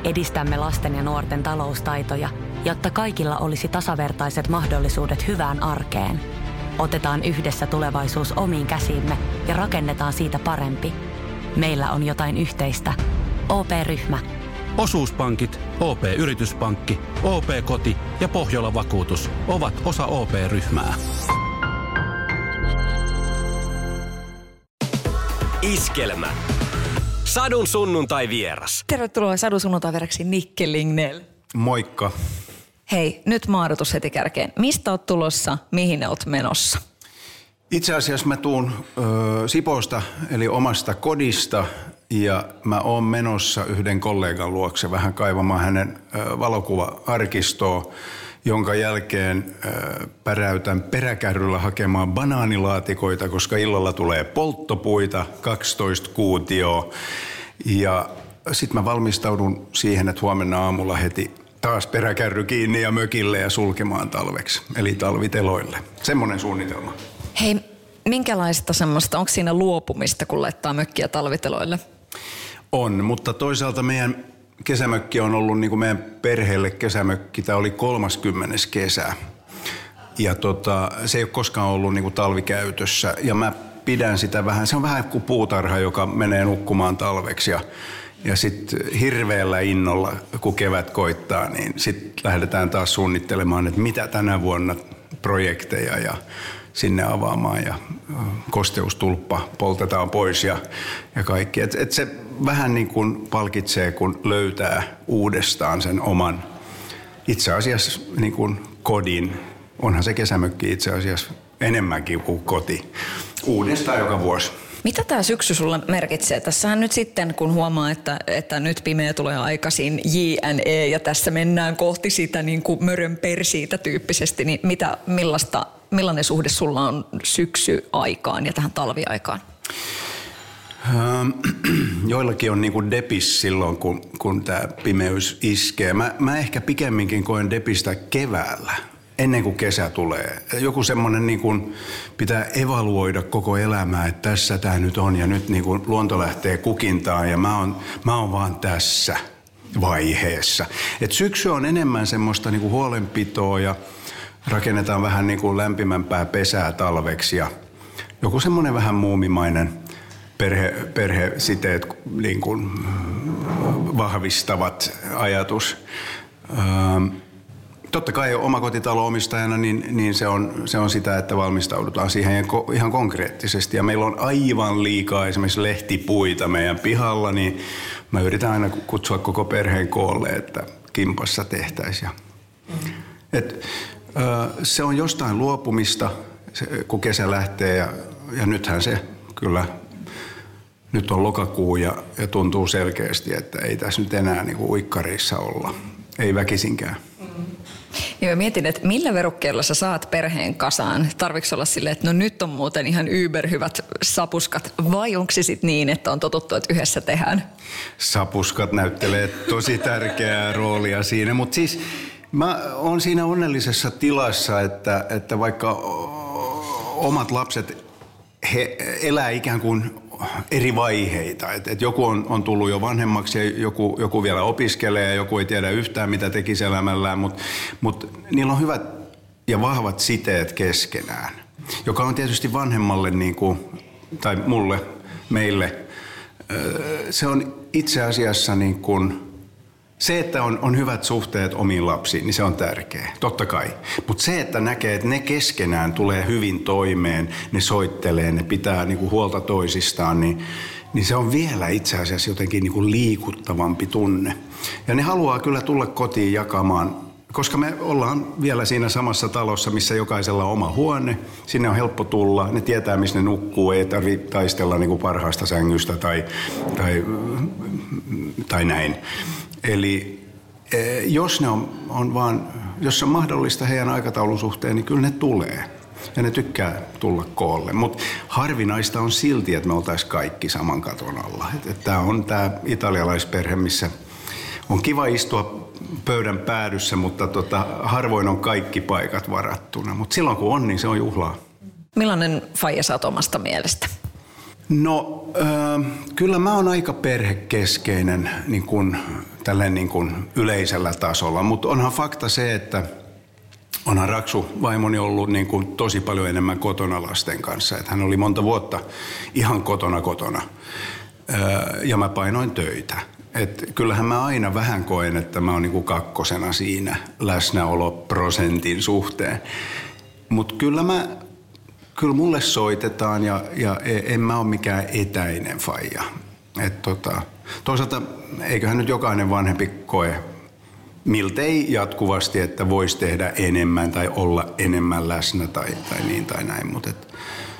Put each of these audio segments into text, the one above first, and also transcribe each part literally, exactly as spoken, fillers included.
edistämme lasten ja nuorten taloustaitoja, jotta kaikilla olisi tasavertaiset mahdollisuudet hyvään arkeen. Otetaan yhdessä tulevaisuus omiin käsiimme ja rakennetaan siitä parempi. Meillä on jotain yhteistä. O P-ryhmä. Osuuspankit, O P-yrityspankki, O P-koti ja Pohjola Vakuutus ovat osa O P-ryhmää. Iskelmä. Sadun sunnuntai vieras. Tervetuloa Sadun sunnuntai vieraksi Nikke Lignell. Moikka. Hei, nyt maadotus heti kärkeen. Mistä oot tulossa, mihin oot menossa? Itse asiassa mä tuun ö, Sipoosta, eli omasta kodista, ja mä oon menossa yhden kollegan luokse vähän kaivamaan hänen ö, valokuva-arkistoa, jonka jälkeen ö, päräytän peräkärryllä hakemaan banaanilaatikoita, koska illalla tulee polttopuita, kaksitoista kuutioa. Ja sit mä valmistaudun siihen, että huomenna aamulla heti taas peräkärry kiinni ja mökille ja sulkemaan talveksi, eli talviteloille. Semmoinen suunnitelma. Hei, minkälaista semmoista, onko siinä luopumista, kun laittaa mökkiä talviteloille? On, mutta toisaalta meidän kesämökki on ollut niin kuin meidän perheelle kesämökki. Tämä oli kolmaskymmenes kesä. Ja tota, se ei ole koskaan ollut niin kuin talvikäytössä. Ja mä pidän sitä vähän, se on vähän kuin puutarha, joka menee nukkumaan talveksi. Ja, ja sitten hirveällä innolla, kun kevät koittaa, niin sitten lähdetään taas suunnittelemaan, että mitä tänä vuonna projekteja ja sinne avaamaan ja kosteustulppa poltetaan pois ja, ja kaikki. Et, et se vähän niin kuin palkitsee, kun löytää uudestaan sen oman itse asiassa niin kuin kodin. Onhan se kesämökki itse asiassa enemmänkin kuin koti. Uudestaan joka vuosi. Mitä tämä syksy sulle merkitsee? Tässähän nyt sitten, kun huomaa, että, että nyt pimeä tulee aikaisin jne ja tässä mennään kohti sitä niin kuin mörön persiitä tyyppisesti, niin mitä, millaista, millainen suhde sulla on syksyaikaan ja tähän talviaikaan? Joillakin on niin kuin depis silloin, kun, kun tämä pimeys iskee. Mä, mä ehkä pikemminkin koen depistä keväällä. Ennen kuin kesä tulee. Joku semmoinen niin kuin pitää evaluoida koko elämää, että tässä tämä nyt on ja nyt niin kuin luonto lähtee kukintaan ja mä oon, mä oon vaan tässä vaiheessa. Et syksy on enemmän semmoista niin kuin huolenpitoa ja rakennetaan vähän niin kuin lämpimämpää pesää talveksi ja joku semmoinen vähän muumimainen perhe, perhesiteet niin kuin vahvistavat ajatus. Ähm, Totta kai omakotitalo-omistajana niin, niin se, on, se on sitä, että valmistaudutaan siihen ihan konkreettisesti. Ja meillä on aivan liikaa esimerkiksi lehtipuita meidän pihalla, niin mä yritän aina kutsua koko perheen koolle, että kimpassa tehtäisiin. Et, se on jostain luopumista, kun kesä lähtee ja, ja nythän se kyllä, nyt on lokakuu ja, ja tuntuu selkeästi, että ei tässä nyt enää niin kuin uikkareissa olla. Ei väkisinkään. Ja mä mietin, että millä verukkeella sä saat perheen kasaan? Tarviiko olla silleen, että no nyt on muuten ihan yberhyvät sapuskat, vai onko se sitten niin, että on totuttu, että yhdessä tehdään? Sapuskat näyttelee tosi tärkeää roolia siinä, mutta siis mä oon siinä onnellisessa tilassa, että, että vaikka omat lapset he elää ikään kuin eri vaiheita. Et, et joku on, on tullut jo vanhemmaksi ja joku, joku vielä opiskelee ja joku ei tiedä yhtään, mitä tekisi elämällään, mutta mut niillä on hyvät ja vahvat siteet keskenään, joka on tietysti vanhemmalle, niin kuin, tai mulle, meille, se on itse asiassa niin kuin, se, että on, on hyvät suhteet omiin lapsiin, niin se on tärkeä, totta kai. Mutta se, että näkee, että ne keskenään tulee hyvin toimeen, ne soittelee, ne pitää niinku huolta toisistaan, niin, niin se on vielä itse asiassa jotenkin niinku liikuttavampi tunne. Ja ne haluaa kyllä tulla kotiin jakamaan, koska me ollaan vielä siinä samassa talossa, missä jokaisella on oma huone. Sinne on helppo tulla, ne tietää, missä ne nukkuu, ei tarvitse taistella niinku parhaasta sängystä tai, tai, tai näin. Eli jos ne on, on vaan, jos on mahdollista heidän aikataulun suhteen, niin kyllä ne tulee. Ja ne tykkää tulla koolle. Mutta harvinaista on silti, että me oltaisiin kaikki saman katon alla. Tämä on tämä italialaisperhe, missä on kiva istua pöydän päädyssä, mutta tota, harvoin on kaikki paikat varattuna. Mutta silloin kun on, niin se on juhlaa. Millainen faija sä oot omasta mielestä? No äh, kyllä mä oon aika perhekeskeinen niin kuin, tälleen niin kuin yleisellä tasolla, mutta onhan fakta se, että onhan Raksu vaimoni ollut niin kuin tosi paljon enemmän kotona lasten kanssa. Että hän oli monta vuotta ihan kotona kotona äh, ja mä painoin töitä. Et kyllähän mä aina vähän koen, että mä oon niin kuin kakkosena siinä läsnäoloprosentin suhteen. Mutta kyllä mä... Kyllä mulle soitetaan ja, ja en mä ole mikään etäinen faija. Et tota, toisaalta eiköhän nyt jokainen vanhempi koe miltei jatkuvasti, että voisi tehdä enemmän tai olla enemmän läsnä tai, tai niin tai näin. Mut et,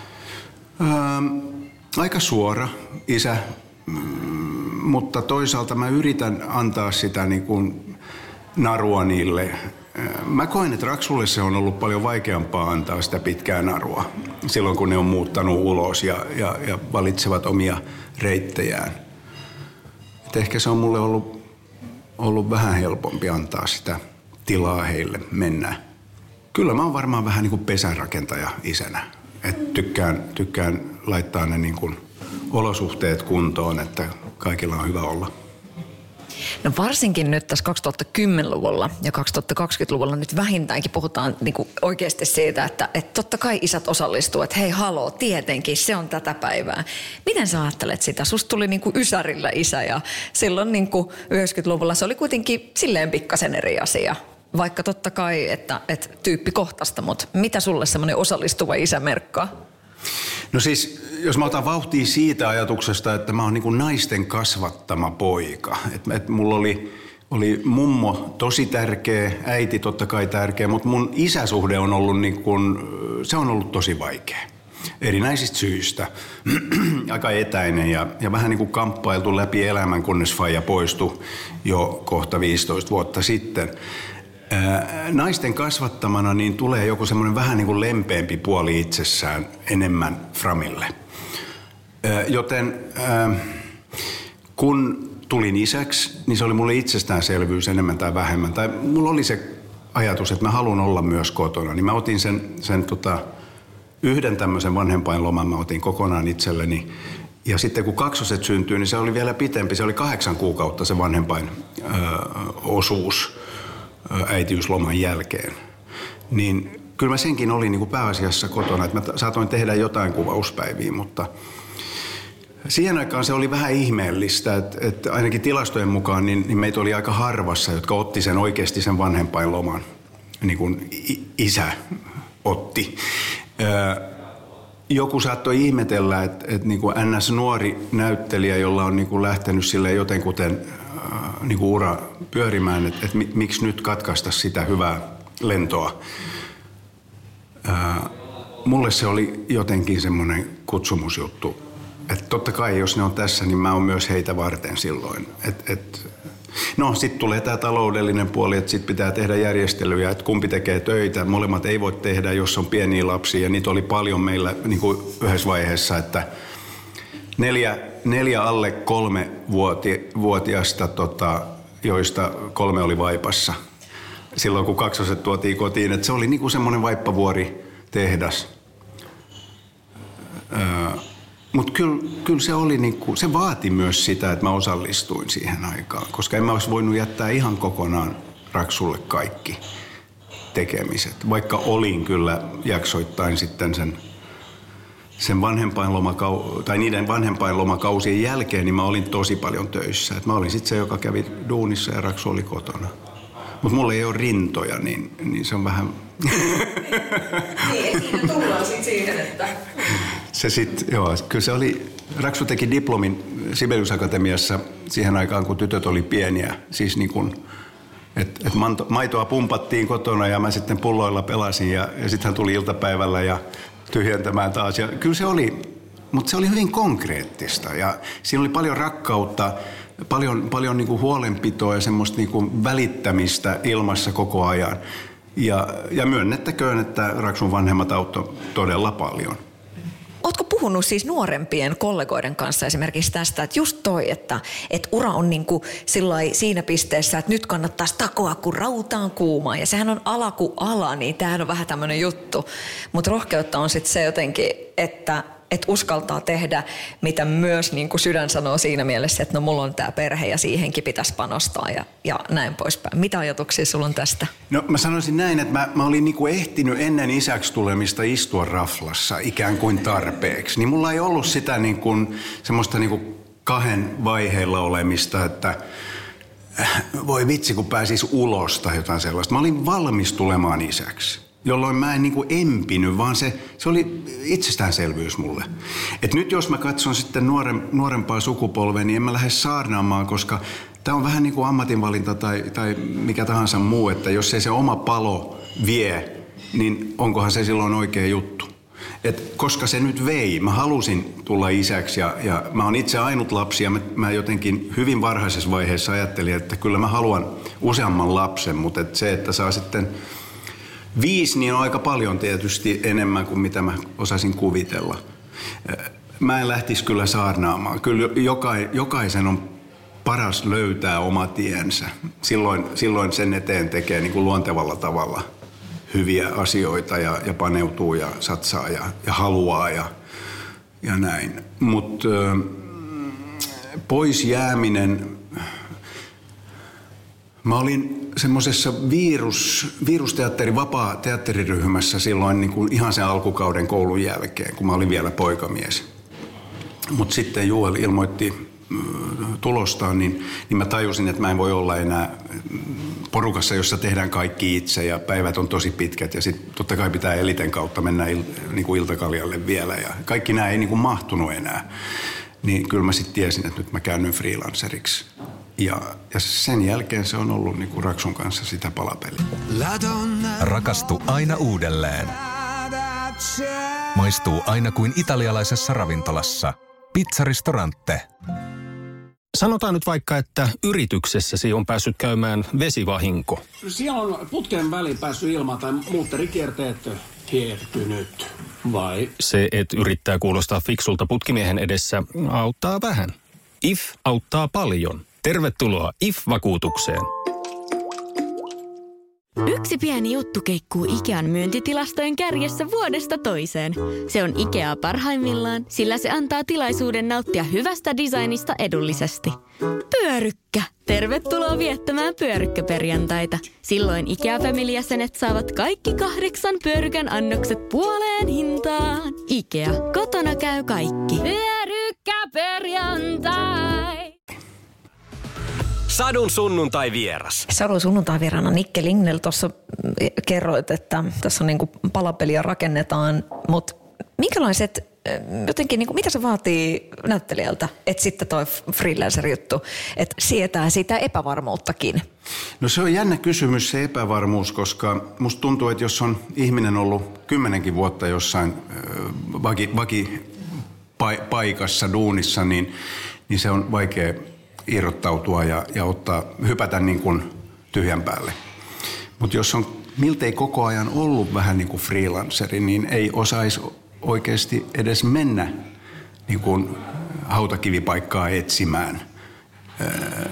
ää, aika suora isä, mm, mutta toisaalta mä yritän antaa sitä niin kuin narua niille. Mä koen, että Raksulle se on ollut paljon vaikeampaa antaa sitä pitkää narua silloin, kun ne on muuttanut ulos ja, ja, ja valitsevat omia reittejään. Et ehkä se on mulle ollut, ollut vähän helpompi antaa sitä tilaa heille mennä. Kyllä mä oon varmaan vähän niin kuin pesänrakentaja isänä. Et tykkään, tykkään laittaa ne niin kuin olosuhteet kuntoon, että kaikilla on hyvä olla. No varsinkin nyt tässä kaksituhattakymmenluvulla ja kaksituhattakaksikymmentäluvulla nyt vähintäänkin puhutaan niin kuin oikeasti siitä, että, että totta kai isät osallistuu, että hei haloo, tietenkin se on tätä päivää. Miten sä ajattelet sitä? Susta tuli niin kuin ysärillä isä ja silloin niin kuin yhdeksänkymmentäluvulla se oli kuitenkin silleen pikkasen eri asia. Vaikka totta kai, että, että tyyppikohtaista, mutta mitä sulle semmoinen osallistuva isä merkkaa? No siis, jos mä otan vauhtia siitä ajatuksesta, että mä oon niin kuin naisten kasvattama poika. Että et mulla oli, oli mummo tosi tärkeä, äiti totta kai tärkeä, mutta mun isäsuhde on ollut, niin kuin, se on ollut tosi vaikea. Erinäisistä syistä. Aika etäinen ja, ja vähän niin kuin kamppailtu läpi elämän, kunnes faija poistui jo kohta viisitoista vuotta sitten. Naisten kasvattamana niin tulee joku semmoinen vähän niin kuin lempeämpi puoli itsessään enemmän framille. Joten kun tulin isäksi, niin se oli mulle itsestäänselvyys enemmän tai vähemmän. Tai mulla oli se ajatus, että mä haluan olla myös kotona. Niin mä otin sen, sen tota, yhden tämmöisen vanhempainloman, mä otin kokonaan itselleni. Ja sitten kun kaksoset syntyi, niin se oli vielä pitempi. Se oli kahdeksan kuukautta se vanhempain ö, osuus äitiysloman jälkeen. Niin kyllä mä senkin olin niin kuin pääasiassa kotona, että mä saatoin tehdä jotain kuvauspäiviä, mutta siihen aikaan se oli vähän ihmeellistä, että, että ainakin tilastojen mukaan niin, niin meitä oli aika harvassa, jotka otti sen oikeasti sen vanhempainloman, niin kuin isä otti. Joku saattoi ihmetellä, että, että niin kuin N S-nuori näyttelijä, jolla on niin kuin lähtenyt silleen jotenkuten niin kuin ura pyörimään, että, että miksi nyt katkaista sitä hyvää lentoa. Ää, mulle se oli jotenkin semmoinen kutsumusjuttu, että totta kai jos ne on tässä, niin mä oon myös heitä varten silloin. Et, et, no sitten tulee tämä taloudellinen puoli, että sitten pitää tehdä järjestelyjä, että kumpi tekee töitä. Molemmat ei voi tehdä, jos on pieniä lapsia ja niitä oli paljon meillä niin kuin yhdessä vaiheessa, että neljä Neljä alle kolme vuoti, vuotiasta, tota, joista kolme oli vaipassa. Silloin kun kaksoset tuotiin kotiin, että se oli niinku semmoinen vaippavuori tehdas. Öö, Mutta kyllä kyl se oli niinku, se vaati myös sitä, että mä osallistuin siihen aikaan, koska en mä olisi voinut jättää ihan kokonaan Raksulle kaikki tekemiset. Vaikka olin kyllä jaksoittain sitten sen sen vanhempainlomakau- tai niiden vanhempainlomakausien jälkeen, niin mä olin tosi paljon töissä. Et mä olin sitten se, joka kävi duunissa ja Raksu oli kotona. Mutta mulla ei ole rintoja, niin, niin se on vähän... Niin, siinä tullaan sitten siihen, että... Se sitten, joo, kyllä se oli... Raksu teki diplomin Sibelius Akatemiassa siihen aikaan, kun tytöt oli pieniä. Siis niin kuin, että et maitoa pumpattiin kotona ja mä sitten pulloilla pelasin ja, ja sitten hän tuli iltapäivällä ja tyhjentämään taas. Ja kyllä se oli, mutta se oli hyvin konkreettista ja siinä oli paljon rakkautta, paljon, paljon niin kuin huolenpitoa ja semmoista niin kuin välittämistä ilmassa koko ajan. Ja, ja myönnettäköön, että Raksun vanhemmat auttoi todella paljon. Ootko puhunut siis nuorempien kollegoiden kanssa esimerkiksi tästä, että just toi, että, että ura on niin kuin sillai siinä pisteessä, että nyt kannattaisi takoa, kun rautaan kuumaa. Ja sehän on ala kuin ala, niin tämähän on vähän tämmöinen juttu. Mutta rohkeutta on sitten se jotenkin, että, että uskaltaa tehdä, mitä myös niin kuin sydän sanoo siinä mielessä, että no mulla on tämä perhe ja siihenkin pitäisi panostaa ja, ja näin poispäin. Mitä ajatuksia sulla on tästä? No mä sanoisin näin, että mä, mä olin niin kuin ehtinyt ennen isäksi tulemista istua raflassa ikään kuin tarpeeksi. Niin mulla ei ollut sitä niin kuin, semmoista niin kuin kahden vaiheilla olemista, että voi vitsi kun pääsis ulos tai jotain sellaista. Mä olin valmis tulemaan isäksi, jolloin mä en niin kuin empinyt, vaan se, se oli itsestäänselvyys mulle. Et nyt jos mä katson sitten nuoren, nuorempaa sukupolvea, niin en mä lähde saarnaamaan, koska tää on vähän niin kuin ammatinvalinta tai, tai mikä tahansa muu, että jos ei se oma palo vie, niin onkohan se silloin oikea juttu. Et koska se nyt vei, mä halusin tulla isäksi ja, ja mä oon itse ainut lapsi ja mä, mä jotenkin hyvin varhaisessa vaiheessa ajattelin, että kyllä mä haluan useamman lapsen, mutta et se, että saa sitten viisi, niin on aika paljon tietysti enemmän kuin mitä mä osasin kuvitella. Mä en lähtisi kyllä saarnaamaan. Kyllä jokaisen on paras löytää oma tiensä. Silloin, silloin sen eteen tekee niin kuin luontevalla tavalla hyviä asioita ja, ja paneutuu ja satsaa ja, ja haluaa ja, ja näin. Mutta pois jääminen. Mä olin semmoisessa virus, virusteatterin vapaa teatteriryhmässä silloin niin kuin ihan sen alkukauden koulun jälkeen, kun mä olin vielä poikamies. Mutta sitten Juel ilmoitti tulostaan, niin, niin mä tajusin, että mä en voi olla enää porukassa, jossa tehdään kaikki itse ja päivät on tosi pitkät ja sitten totta kai pitää eliten kautta mennä il, niin kuin iltakaljalle vielä ja kaikki nämä ei niin kuin mahtunut enää. Niin kyllä mä sitten tiesin, että nyt mä käännyn freelanceriksi. Ja, ja sen jälkeen se on ollut niin kuin Raksun kanssa sitä palapeliä. Rakastu aina uudelleen. Maistuu aina kuin italialaisessa ravintolassa. Pizzaristorante. Sanotaan nyt vaikka, että yrityksessäsi on päässyt käymään vesivahinko. Siellä on putken väliin päässyt ilmaan tai muutterikierteet hiertynyt, vai? Se, että yrittää kuulostaa fiksulta putkimiehen edessä, auttaa vähän. I F auttaa paljon. Tervetuloa I F-vakuutukseen. Yksi pieni juttu keikkuu Ikean myyntitilastojen kärjessä vuodesta toiseen. Se on Ikea parhaimmillaan, sillä se antaa tilaisuuden nauttia hyvästä designista edullisesti. Pyörykkä! Tervetuloa viettämään pyörykkäperjantaita. Silloin Ikea-family-jäsenet saavat kaikki kahdeksan pyörykän annokset puoleen hintaan. Ikea, kotona käy kaikki. Pyörykkäperjantai! Sadun sunnuntai vieras. Sadun sunnuntai vieraana Nikke Lignell. Tuossa kerroit, että tässä on niinku palapeliä rakennetaan, mutta minkälaiset, jotenkin niinku, mitä se vaatii näyttelijältä, että sitten toi freelancer-juttu, että sietää sitä epävarmuuttakin? No se on jännä kysymys se epävarmuus, koska musta tuntuu, että jos on ihminen ollut kymmenenkin vuotta jossain vaki, vaki paikassa, duunissa, niin, niin se on vaikea irrottautua ja, ja ottaa, hypätä niin kuin tyhjän päälle. Mutta jos on miltei koko ajan ollut vähän niin kuin freelanceri, niin ei osaisi oikeasti edes mennä niin kuin hautakivipaikkaa etsimään. Öö,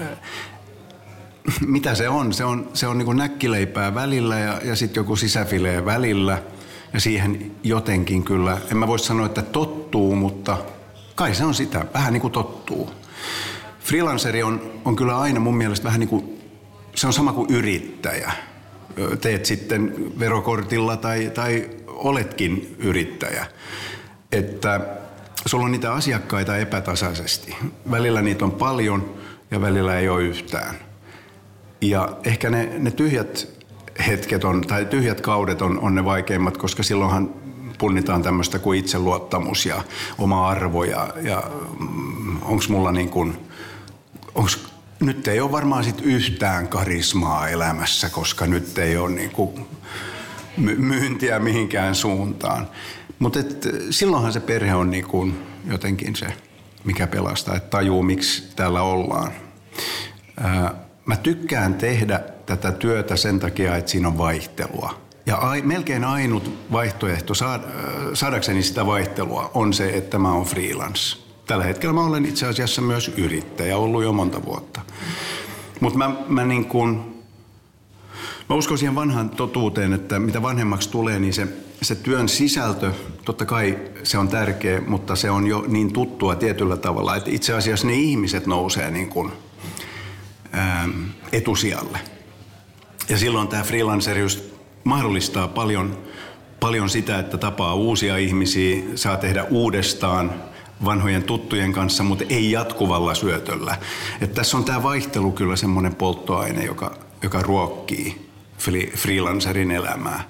mitä se on? Se on, se on niin kuin näkkileipää välillä ja, ja sitten joku sisäfilee välillä. Ja siihen jotenkin kyllä, en mä voi sanoa, että tottuu, mutta kai se on sitä, vähän niin kuin tottuu. Freelanceri on, on kyllä aina mun mielestä vähän niin kuin, se on sama kuin yrittäjä. Teet sitten verokortilla tai, tai oletkin yrittäjä. Että sulla on niitä asiakkaita epätasaisesti. Välillä niitä on paljon ja välillä ei ole yhtään. Ja ehkä ne, ne tyhjät hetket on, tai tyhjät kaudet on, on ne vaikeimmat, koska silloinhan punnitaan tämmöistä kuin itseluottamus ja oma arvo ja, ja onko mulla niin kuin, onks, nyt ei ole varmaan sit yhtään karismaa elämässä, koska nyt ei ole niin kuin my- myyntiä mihinkään suuntaan. Mutta silloinhan se perhe on niin kuin jotenkin se, mikä pelastaa, että tajuu miksi täällä ollaan. Ää, mä tykkään tehdä tätä työtä sen takia, että siinä on vaihtelua. Ja ai, melkein ainut vaihtoehto saad, saadakseni sitä vaihtelua on se, että mä oon freelance. Tällä hetkellä mä olen itse asiassa myös yrittäjä, ollut jo monta vuotta. Mutta mä, mä, niin kun, mä uskon siihen vanhaan totuuteen, että mitä vanhemmaksi tulee, niin se, se työn sisältö totta kai se on tärkeä, mutta se on jo niin tuttua tietyllä tavalla, että itse asiassa ne ihmiset nousee niin kuin, ää, etusijalle. Ja silloin tämä freelancerius mahdollistaa paljon, paljon sitä, että tapaa uusia ihmisiä, saa tehdä uudestaan vanhojen tuttujen kanssa, mutta ei jatkuvalla syötöllä. Että tässä on tämä vaihtelu kyllä semmoinen polttoaine, joka, joka ruokkii freelancerin elämää.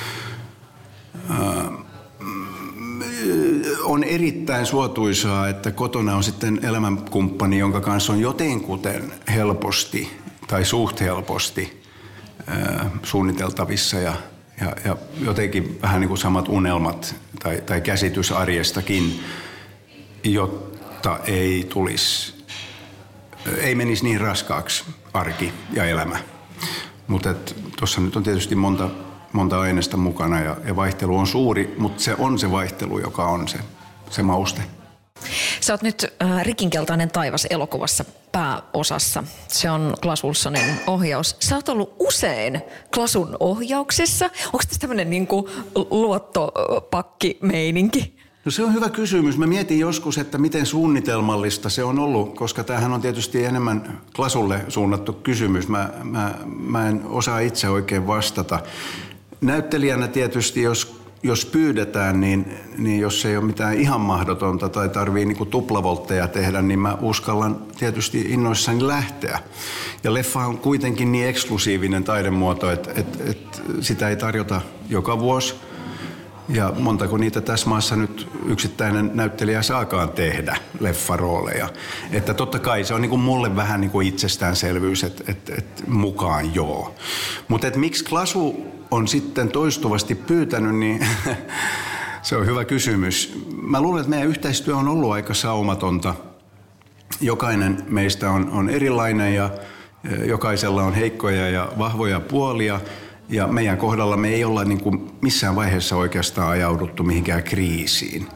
On erittäin suotuisaa, että kotona on sitten elämänkumppani, jonka kanssa on jotenkuten helposti tai suht helposti suunniteltavissa ja, ja, ja jotenkin vähän niin kuin samat unelmat tai, tai käsitys arjestakin, jotta ei tulisi, ei menisi niin raskaaksi arki ja elämä. Mutta tuossa nyt on tietysti monta, monta aineesta mukana ja, ja vaihtelu on suuri, mutta se on se vaihtelu, joka on se, se mauste. Sä oot nyt äh, Rikinkeltainen taivas -elokuvassa pääosassa. Se on Klas Ulfsonin ohjaus. Sä oot ollut usein Klasun ohjauksessa. Onko tässä tämmöinen niinku luottopakki-meininki? No se on hyvä kysymys. Mä mietin joskus, että miten suunnitelmallista se on ollut, koska tämähän on tietysti enemmän Klasulle suunnattu kysymys. Mä, mä, mä en osaa itse oikein vastata. Näyttelijänä tietysti, jos, jos pyydetään, niin, niin jos ei ole mitään ihan mahdotonta tai tarvii niin kuin tuplavoltteja tehdä, niin mä uskallan tietysti innoissani lähteä. Ja leffa on kuitenkin niin eksklusiivinen taidemuoto, että, että, että sitä ei tarjota joka vuosi. Ja montako niitä tässä maassa nyt yksittäinen näyttelijä saakaan tehdä leffarooleja. Että totta kai se on niin kuin mulle vähän niin kuin itsestäänselvyys, että, että, että mukaan joo. Mutta miksi Klasu on sitten toistuvasti pyytänyt, niin se on hyvä kysymys. Mä luulen, että meidän yhteistyö on ollut aika saumatonta. Jokainen meistä on, on erilainen ja jokaisella on heikkoja ja vahvoja puolia. Ja meidän kohdalla me ei olla niin kuin missään vaiheessa oikeastaan ajauduttu mihinkään kriisiin.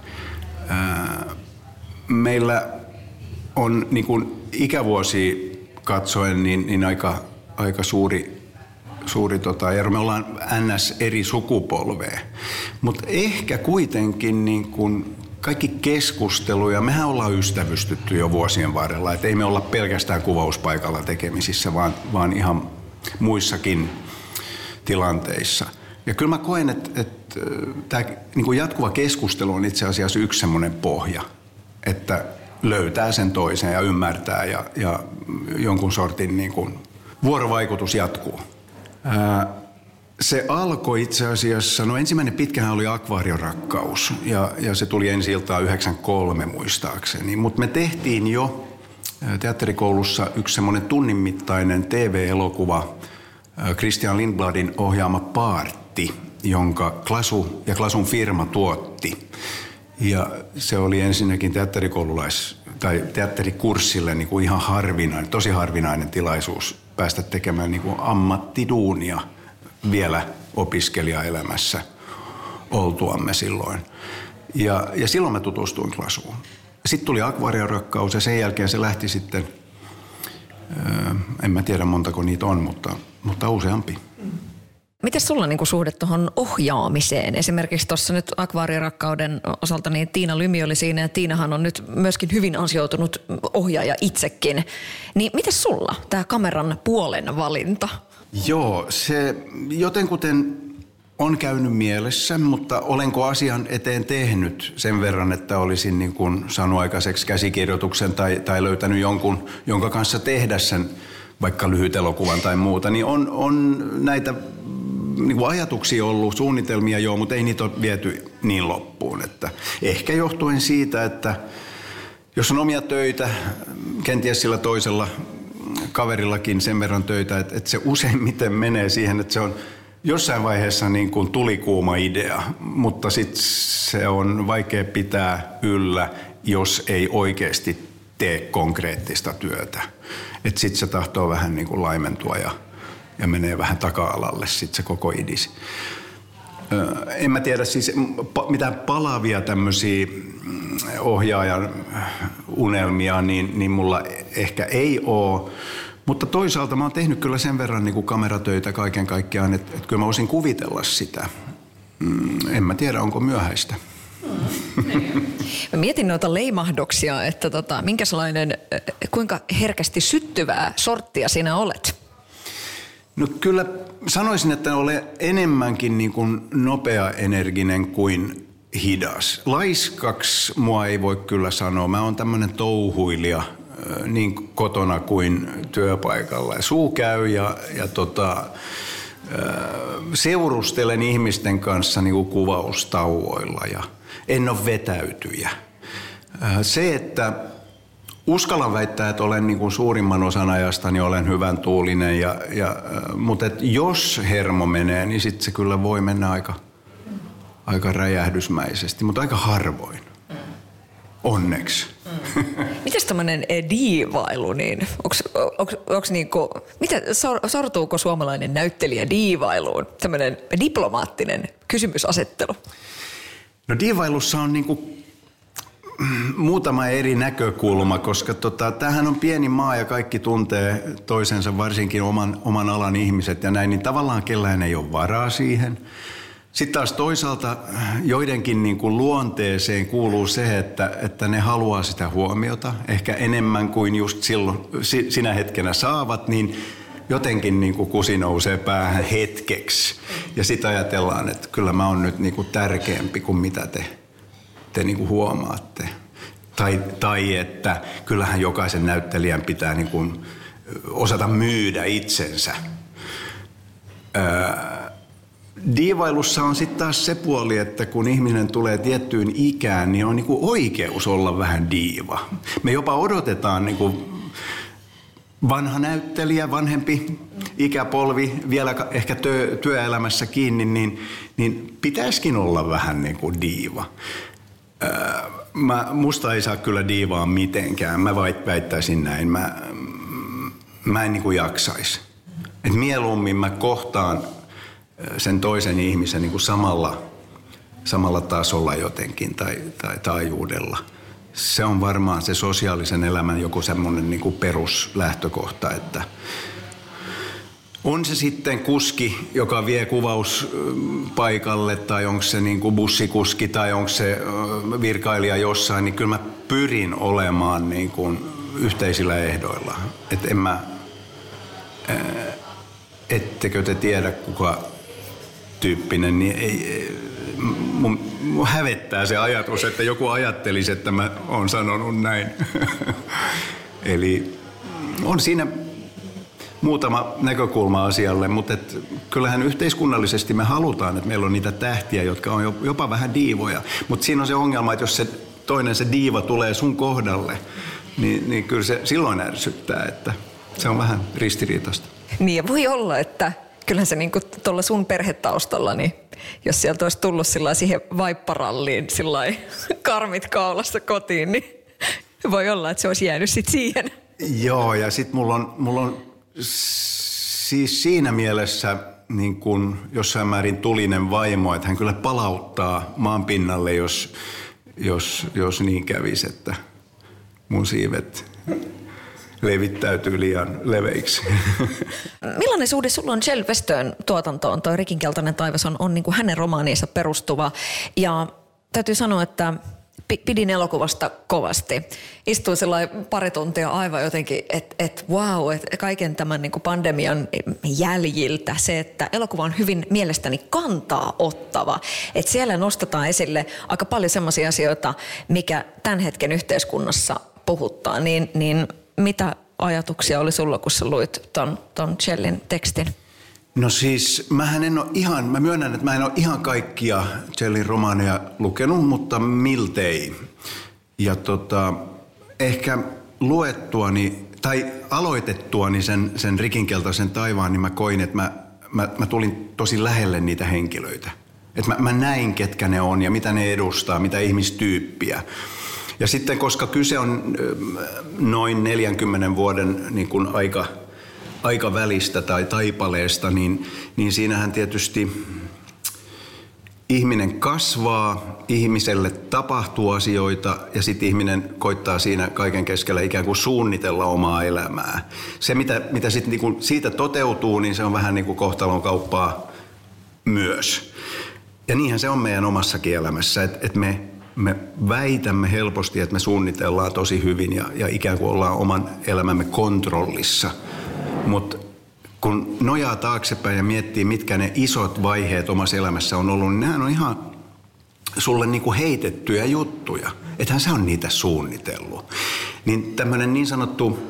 Meillä on niin kuin ikävuosia katsoen niin, niin aika, aika suuri, suuri tota ero. Me ollaan ns. Eri sukupolvea. Mutta ehkä kuitenkin niin kuin kaikki keskustelu, ja mehän ollaan ystävystytty jo vuosien varrella. Et ei me olla pelkästään kuvauspaikalla tekemisissä, vaan, vaan ihan muissakin tilanteissa. Ja kyllä mä koen, että, että tämä niin kuin jatkuva keskustelu on itse asiassa yksi semmoinen pohja, että löytää sen toisen ja ymmärtää ja, ja jonkun sortin niin kuin vuorovaikutus jatkuu. Ää, se alkoi itse asiassa, no ensimmäinen pitkähän oli Akvaariorakkaus ja, ja se tuli ensi iltaan yhdeksänkymmentäkolme muistaakseni, mutta me tehtiin jo teatterikoulussa yksi semmoinen tunnin mittainen T V-elokuva, Christian Lindbladin ohjaama Paartti, jonka Klasu ja Klasun firma tuotti. Ja se oli ensinnäkin teatterikoululais- tai teatterikurssille niin kuin ihan harvinainen, tosi harvinainen tilaisuus päästä tekemään niin kuin ammattiduunia vielä opiskelijaelämässä oltuamme silloin. Ja, ja silloin mä tutustuin Klasuun. Sitten tuli Akvaariorakkaus ja sen jälkeen se lähti sitten, öö, en mä tiedä montako niitä on, mutta, mutta useampi. Miten sulla on niin kuin suhde tuohon ohjaamiseen? Esimerkiksi tuossa nyt Akvaariorakkauden osalta niin Tiina Lymi oli siinä ja Tiinahan on nyt myöskin hyvin ansioitunut ohjaaja itsekin. Niin miten sulla tämä kameran puolen valinta? Joo, se jotenkuten on käynyt mielessä, mutta olenko asian eteen tehnyt sen verran, että olisin niin kuin saanut aikaiseksi käsikirjoituksen tai, tai löytänyt jonkun, jonka kanssa tehdä sen vaikka lyhyt elokuvan tai muuta, niin on, on näitä niin kuin ajatuksia ollut, suunnitelmia joo, mutta ei niitä ole viety niin loppuun. Että ehkä johtuen siitä, että jos on omia töitä, kenties sillä toisella kaverillakin sen verran töitä, että, että se useimmiten menee siihen, että se on jossain vaiheessa niin kuin tulikuuma idea, mutta sitten se on vaikea pitää yllä, jos ei oikeasti tee konkreettista työtä. Että sitten se tahtoo vähän niin kuin laimentua ja, ja menee vähän taka-alalle sitten se koko idis. Öö, en mä tiedä siis mitään palavia tämmöisiä ohjaajan unelmia, niin, niin mulla ehkä ei ole. Mutta toisaalta mä oon tehnyt kyllä sen verran niin kuin kameratöitä kaiken kaikkiaan, että, että kyllä mä voisin kuvitella sitä. Mm, en mä tiedä, onko myöhäistä. Mä mietin noita leimahdoksia, että tota, minkälainen, kuinka herkästi syttyvää sorttia sinä olet? No kyllä sanoisin, että olen enemmänkin niin kuin nopea-energinen kuin hidas. Laiskaksi mua ei voi kyllä sanoa. Mä oon tämmöinen touhuilija niin kotona kuin työpaikalla. Suu käy ja, ja tota, seurustelen ihmisten kanssa niin kuin kuvaustauoilla ja en ole vetäytyjä. Se, että uskallan väittää, että olen niin kuin suurimman osan ajasta, niin olen hyvän tuulinen, ja, ja, mutta et jos hermo menee, niin sitten se kyllä voi mennä aika, aika räjähdysmäisesti, mutta aika harvoin. Onneksi. Mm. Mites tämmöinen diivailu, niin onko niinku, mitä, sortuuko suomalainen näyttelijä diivailuun? Tämmöinen diplomaattinen kysymysasettelu. No diivailussa on niinku muutama eri näkökulma, koska tota, tämähän on pieni maa ja kaikki tuntee toisensa, varsinkin oman, oman alan ihmiset ja näin, niin tavallaan kellään ei ole varaa siihen. Sitten taas toisaalta joidenkin niin kuin luonteeseen kuuluu se, että, että ne haluaa sitä huomiota, ehkä enemmän kuin just silloin, sinä hetkenä saavat, niin jotenkin niin kuin kusi nousee päähän hetkeksi. Ja sitten ajatellaan, että kyllä mä oon nyt niin kuin tärkeämpi kuin mitä te, te niin kuin huomaatte. Tai, tai että kyllähän jokaisen näyttelijän pitää niin kuin osata myydä itsensä. Öö, Diivailussa on sitten taas se puoli, että kun ihminen tulee tiettyyn ikään, niin on niinku oikeus olla vähän diiva. Me jopa odotetaan niinku vanha näyttelijä, vanhempi ikäpolvi, vielä ehkä työ, työelämässä kiinni, niin, niin pitäisikin olla vähän niinku diiva. Öö, mä, musta ei saa kyllä diivaa mitenkään, mä väittäisin näin, mä, mä en niinku jaksaisi. Et mieluummin mä kohtaan sen toisen ihmisen niin kuin samalla, samalla tasolla jotenkin tai, tai taajuudella. Se on varmaan se sosiaalisen elämän joku semmoinen niin kuin peruslähtökohta, että on se sitten kuski, joka vie kuvauspaikalle, tai onko se niin kuin bussikuski, tai onko se virkailija jossain, niin kyllä mä pyrin olemaan niin kuin yhteisillä ehdoilla. Et en mä, ettekö te tiedä, kuka tyyppinen, niin ei, mun, mun hävettää se ajatus, että joku ajattelisi, että mä oon sanonut näin. Eli on siinä muutama näkökulma asialle, mutta et, kyllähän yhteiskunnallisesti me halutaan, että meillä on niitä tähtiä, jotka on jopa vähän diivoja. Mutta siinä on se ongelma, että jos se toinen se diiva tulee sun kohdalle, niin, niin kyllä se silloin ärsyttää, että se on vähän ristiriitaista. Niin ja voi olla, että kyllähän se niin kuin tuolla sun perhetaustalla, niin jos sieltä olisi tullut sillä siihen vaipparalliin sillä karmit kaulassa kotiin, niin voi olla, että se olisi jäänyt sitten siihen. Joo, ja sitten mulla on, mulla on siis siinä mielessä niin kuin jossain määrin tulinen vaimo, että hän kyllä palauttaa maan pinnalle, jos, jos, jos niin kävisi, että mun siivet levittäytyy liian leveiksi. Millainen suhde sulla on Kjell Westöön tuotantoon? Toi Rikin keltainen taivas on, on niin kuin hänen romaaniinsa perustuva. Ja täytyy sanoa, että pidin elokuvasta kovasti. Istuin sellainen pari tuntia aivan jotenkin, että et, wow, että kaiken tämän niin kuin pandemian jäljiltä se, että elokuva on hyvin mielestäni kantaa ottava. Että siellä nostetaan esille aika paljon sellaisia asioita, mikä tämän hetken yhteiskunnassa puhuttaa. Niin, niin mitä ajatuksia oli sulla, kun sä luit ton, ton Kjellin tekstin? No siis, mähän en ole ihan, mä myönnän, että mä en ole ihan kaikkia Kjellin romaaneja lukenut, mutta miltei. Ja tota, ehkä luettuani, tai aloitettuani sen, sen rikinkeltaisen taivaan, niin mä koin, että mä, mä, mä tulin tosi lähelle niitä henkilöitä. Että mä, mä näin, ketkä ne on ja mitä ne edustaa, mitä ihmistyyppiä. Ja sitten, koska kyse on noin neljänkymmenen vuoden niin kuin aika, aikavälistä tai taipaleesta, niin, niin siinähän tietysti ihminen kasvaa, ihmiselle tapahtuu asioita ja sitten ihminen koittaa siinä kaiken keskellä ikään kuin suunnitella omaa elämää. Se, mitä, mitä sit niin kuin siitä toteutuu, niin se on vähän niin kuin kohtalon kauppaa myös. Ja niinhän se on meidän omassakin elämässä, että et me me väitämme helposti, että me suunnitellaan tosi hyvin ja, ja ikään kuin ollaan oman elämämme kontrollissa. Mutta kun nojaa taaksepäin ja miettii, mitkä ne isot vaiheet omassa elämässä on ollut, niin nehän on ihan sulle niinku heitettyjä juttuja. Ethän sä on niitä suunnitellut. Niin tämmöinen niin sanottu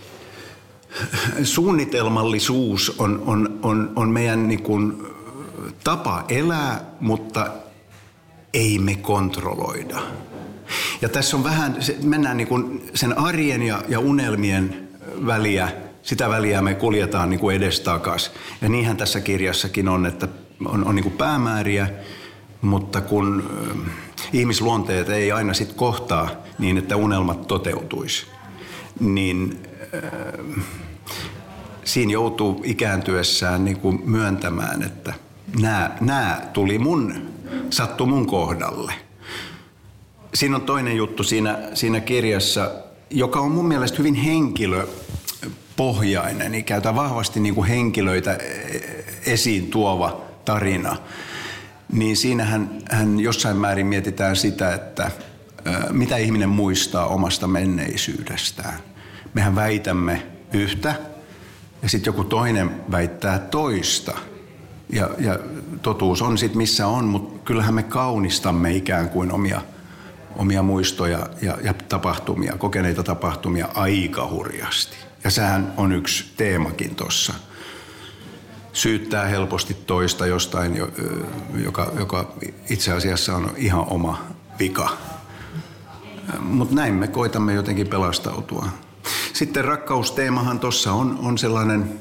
suunnitelmallisuus on, on, on, on meidän niin kuin tapa elää, mutta ei me kontrolloida. Ja tässä on vähän, se, mennään niin kuin sen arjen ja, ja unelmien väliä, sitä väliä me kuljetaan niin kuin edestakas. Ja niinhän tässä kirjassakin on, että on, on niin kuin päämääriä, mutta kun äh, ihmisluonteet ei aina sit kohtaa niin, että unelmat toteutuisi, niin äh, siinä joutuu ikääntyessään niin kuin myöntämään, että nämä, nämä tuli mun, sattu mun kohdalle. Siinä on toinen juttu siinä, siinä kirjassa, joka on mun mielestä hyvin henkilöpohjainen, niin käytetään vahvasti niin kuin henkilöitä esiin tuova tarina. Niin siinähän hän jossain määrin mietitään sitä, että mitä ihminen muistaa omasta menneisyydestään. Mehän väitämme yhtä ja sitten joku toinen väittää toista. Ja, ja totuus on sitten missä on, mutta kyllähän me kaunistamme ikään kuin omia, omia muistoja ja, ja tapahtumia, kokeneita tapahtumia aika hurjasti. Ja sehän on yksi teemakin tuossa. Syyttää helposti toista jostain, joka, joka itse asiassa on ihan oma vika. Mutta näin me koitamme jotenkin pelastautua. Sitten rakkausteemahan tuossa on, on sellainen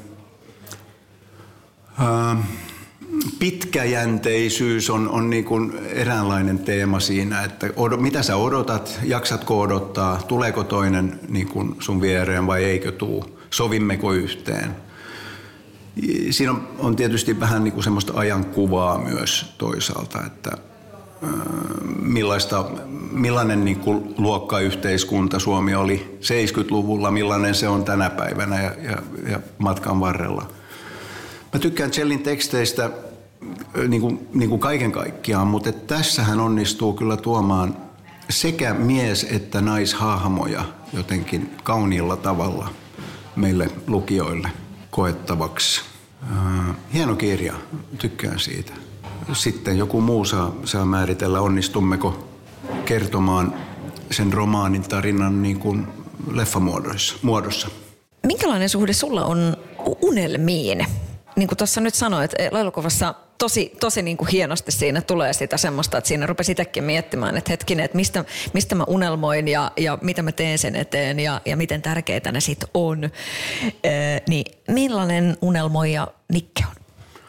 ää, pitkäjänteisyys on, on niin kuin eräänlainen teema siinä, että od, mitä sä odotat, jaksatko odottaa, tuleeko toinen niin kuin sun viereen vai eikö tuu, sovimmeko yhteen. Siinä on, on tietysti vähän niin kuin semmoista ajankuvaa myös toisaalta, että äh, millaista, millainen niin kuin luokkayhteiskunta Suomi oli seitsemänkymmentäluvulla, millainen se on tänä päivänä ja, ja, ja matkan varrella. Mä tykkään Cellin teksteistä niin kuin, niin kuin kaiken kaikkiaan, mutta tässä hän onnistuu kyllä tuomaan sekä mies- että naishahmoja jotenkin kauniilla tavalla meille lukijoille koettavaksi. Hieno kirja, tykkään siitä. Sitten joku muu saa, saa määritellä, onnistummeko kertomaan sen romaanin tarinan niin kuin leffamuodossa. Minkälainen suhde sulla on unelmiin? Niin kuin tuossa nyt sanoit, elokuvassa tosi, tosi niin kuin hienosti siinä tulee sitä semmoista, että siinä rupesi itsekin miettimään, että hetkinen, että mistä, mistä mä unelmoin ja, ja mitä mä teen sen eteen ja, ja miten tärkeitä ne sitten on. Ee, niin millainen unelmoija Nikke on?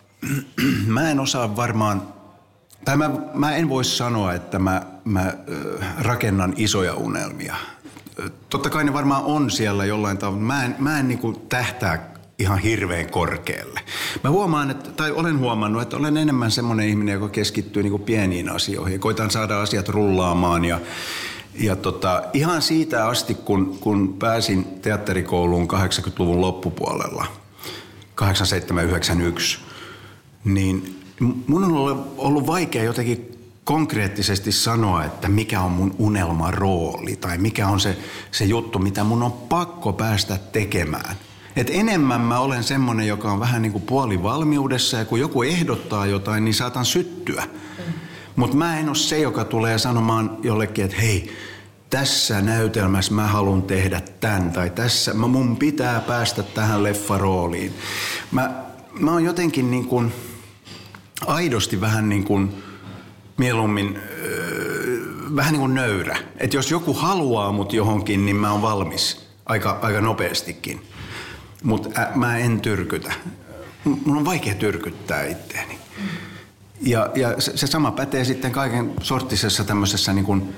Mä en osaa varmaan, tai mä, mä en voi sanoa, että mä, mä äh, rakennan isoja unelmia. Totta kai ne varmaan on siellä jollain tavalla. Mä en, mä en niin kuin tähtää ihan hirveän korkealle. Mä huomaan, että, tai olen huomannut, että olen enemmän semmoinen ihminen, joka keskittyy niin kuin pieniin asioihin. Koitan saada asiat rullaamaan ja, ja tota, ihan siitä asti, kun, kun pääsin teatterikouluun kahdeksankymmentäluvun loppupuolella, kahdeksankymmentäseitsemän yhdeksänkymmentäyksi, niin mun on ollut vaikea jotenkin konkreettisesti sanoa, että mikä on mun unelmarooli tai mikä on se, se juttu, mitä mun on pakko päästä tekemään. Et enemmän mä olen semmoinen, joka on vähän niin kuin puolivalmiudessa ja kun joku ehdottaa jotain, niin saatan syttyä. Mm. Mutta mä en ole se, joka tulee sanomaan jollekin, että hei, tässä näytelmässä mä haluan tehdä tän tai tässä, mä, mun pitää päästä tähän leffarooliin. Mä, mä oon jotenkin niin kuin aidosti vähän niin kuin mieluummin öö, vähän niin kuin nöyrä. Että jos joku haluaa mut johonkin, niin mä oon valmis aika, aika nopeastikin. Mutta mä en tyrkytä. Mun on vaikea tyrkyttää itteeni. Ja, ja se, se sama pätee sitten kaiken sorttisessa tämmöisessä niin kuin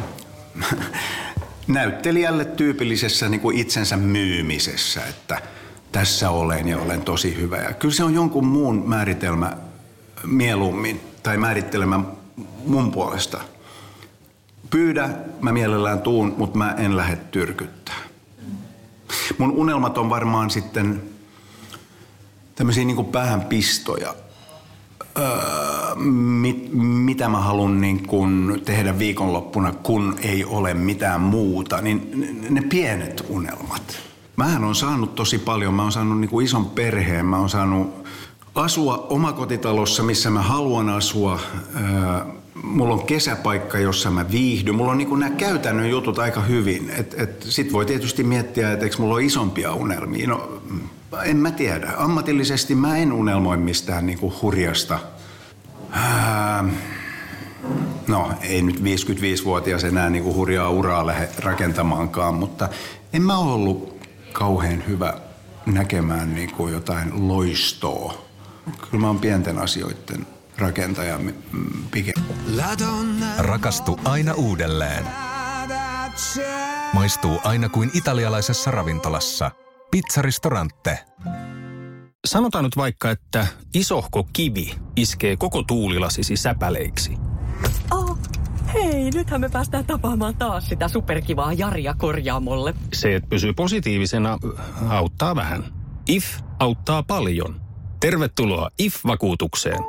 näyttelijälle tyypillisessä niin kuin itsensä myymisessä, että tässä olen ja olen tosi hyvä. Ja kyllä se on jonkun muun määritelmä mieluummin tai määrittelemä mun puolesta. Pyydä, mä mielellään tuun, mutta mä en lähde tyrkyttää. Mun unelmat on varmaan sitten tämmöisiä niin kuin päähänpistoja. Öö, mit, mitä mä haluan niin kun tehdä viikonloppuna, kun ei ole mitään muuta, niin ne pienet unelmat. Mähän on saanut tosi paljon. Mä oon saanut niin kuin ison perheen. Mä oon saanut asua omakotitalossa, missä mä haluan asua. Öö, mulla on kesäpaikka, jossa mä viihdyn. Mulla on niin kuin nämä käytännön jutut aika hyvin. Et, et sit voi tietysti miettiä, että eikö mulla ole isompia unelmia. No, en mä tiedä. Ammatillisesti mä en unelmoi mistään niin kuin hurjasta. Öö, no, ei nyt viisikymmentäviisivuotias enää niin kuin hurjaa uraa lähde rakentamaankaan, mutta en mä ollut kauhean hyvä näkemään niin kuin jotain loistoa. Kyllä mä oon pienten asioiden rakentaja pikemmin. Rakastu aina uudelleen. Maistuu aina kuin italialaisessa ravintolassa. Pizzaristorante. Sanotaan nyt vaikka, että isohko kivi iskee koko tuulilasisi säpäleiksi. Oh, hei, nythän me päästään tapaamaan taas sitä superkivaa Jaria korjaamolle. Se, että pysyy positiivisena, auttaa vähän. I F auttaa paljon. Tervetuloa I F-vakuutukseen.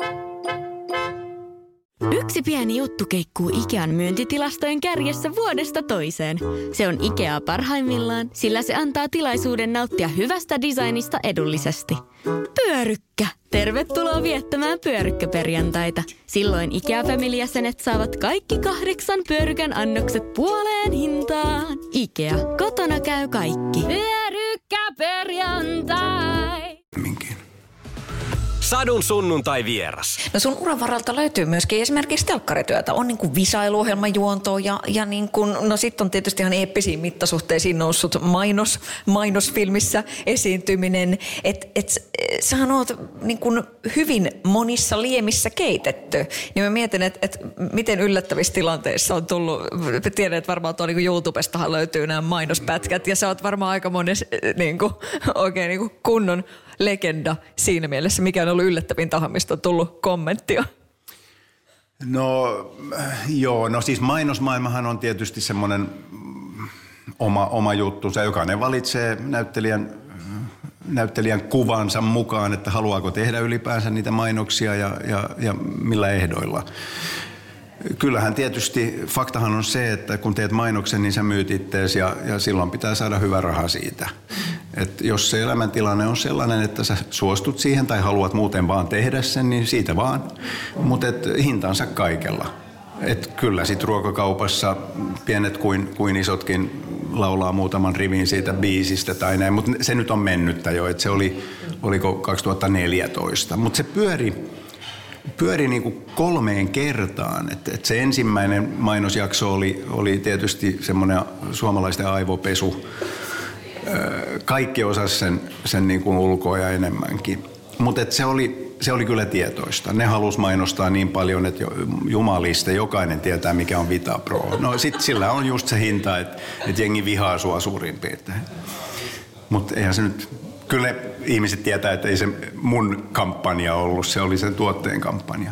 Yksi pieni juttu keikkuu Ikean myyntitilastojen kärjessä vuodesta toiseen. Se on Ikea parhaimmillaan, sillä se antaa tilaisuuden nauttia hyvästä designista edullisesti. Pyörykkä! Tervetuloa viettämään pyörykkäperjantaita. Silloin Ikea-familijäsenet saavat kaikki kahdeksan pyörykän annokset puoleen hintaan. Ikea, kotona käy kaikki. Pyörykkäperjantai! Minkin. Sadun sunnuntai vieras. No sun uran varalta löytyy myöskin esimerkiksi telkkarityötä. On niin kuin visailuohjelmajuontoa ja, ja niin kuin, no sit on tietysti ihan eeppisiin mittasuhteisiin noussut mainos, mainosfilmissä esiintyminen. Että et, sähän oot niin kuin hyvin monissa liemissä keitetty. Niin mä mietin, että et miten yllättävissä tilanteissa on tullut, tiedän, että varmaan tuolla niin YouTubestahan löytyy nämä mainospätkät ja sä oot varmaan aika monessa niin kuin, oikein niin kuin kunnon legenda siinä mielessä, mikä on ollut yllättävin taho, mistä on tullut kommenttia? No joo, no siis mainosmaailmahan on tietysti semmoinen oma, oma juttunsa. Jokainen valitsee näyttelijän, näyttelijän kuvansa mukaan, että haluaako tehdä ylipäänsä niitä mainoksia ja, ja, ja millä ehdoilla. Kyllähän tietysti, faktahan on se, että kun teet mainoksen, niin sä myyt itteesi ja, ja silloin pitää saada hyvä raha siitä. Et jos se elämäntilanne on sellainen, että sä suostut siihen tai haluat muuten vaan tehdä sen, niin siitä vaan. Mutta hintansa kaikella. Et kyllä sit ruokakaupassa pienet kuin, kuin isotkin laulaa muutaman rivin siitä biisistä tai näin, mutta se nyt on mennyttä jo, että se oli, oliko kaksituhattaneljätoista. Mutta se pyöri, pyöri niin kuin kolmeen kertaan. Et, et se ensimmäinen mainosjakso oli, oli tietysti semmoinen suomalaisten aivopesu. Kaikki osasi sen, sen niin kuin ulkoa ja enemmänkin. Mutta se oli, se oli kyllä tietoista. Ne halusi mainostaa niin paljon, että jumaliste, jokainen tietää, mikä on Vita Pro. No sit sillä on just se hinta, että, että jengi vihaa sua suurin piirtein. Mutta eihän se nyt, kyllä ihmiset tietää, että ei se mun kampanja ollut, se oli sen tuotteen kampanja.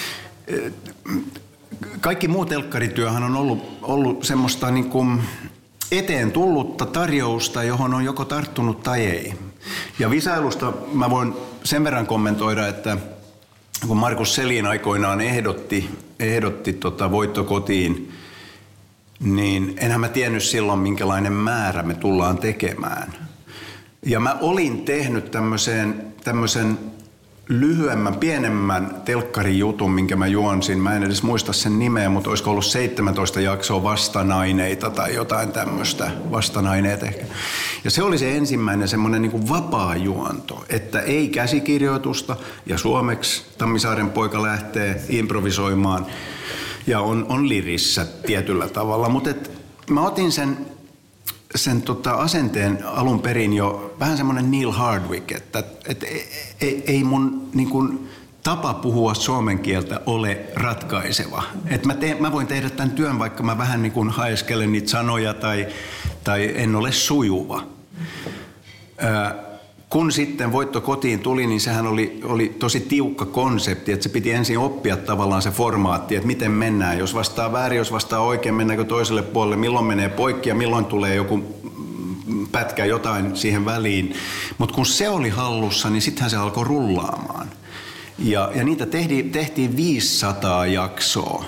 Kaikki muu telkkarityöhän on ollut, ollut semmoista niin kuin eteen tullutta tarjousta, johon on joko tarttunut tai ei. Ja visailusta mä voin sen verran kommentoida, että kun Markus Selin aikoinaan ehdotti, ehdotti tota Voitto kotiin, niin enhän mä tiennyt silloin, minkälainen määrä me tullaan tekemään. Ja mä olin tehnyt tämmöisen, tämmöisen lyhyemmän, pienemmän telkkarijutun, minkä mä juonsin. Mä en edes muista sen nimeä, mutta olisiko ollut seitsemäntoista jaksoa vastanaineita tai jotain tämmöistä. Vastanaineet ehkä. Ja se oli se ensimmäinen semmoinen niin kuin vapaa juonto, että ei käsikirjoitusta ja suomeksi Tammisaaren poika lähtee improvisoimaan ja on, on lirissä tietyllä tavalla. Mutta mä otin sen sen tota, asenteen alun perin jo vähän semmoinen Neil Hardwick, että et, ei, ei mun niin kun, tapa puhua suomen kieltä ole ratkaiseva. Et mä, te, mä voin tehdä tämän työn, vaikka mä vähän niin kun haeskelen niitä sanoja tai, tai en ole sujuva. Ää, kun sitten Voitto kotiin tuli, niin sehän oli, oli tosi tiukka konsepti, että se piti ensin oppia tavallaan se formaatti, että miten mennään. Jos vastaa väärin, jos vastaa oikein, mennäänkö toiselle puolelle, milloin menee poikki ja milloin tulee joku pätkä jotain siihen väliin. Mutta kun se oli hallussa, niin sittenhän se alkoi rullaamaan. Ja, ja niitä tehtiin, tehtiin viisisataa jaksoa,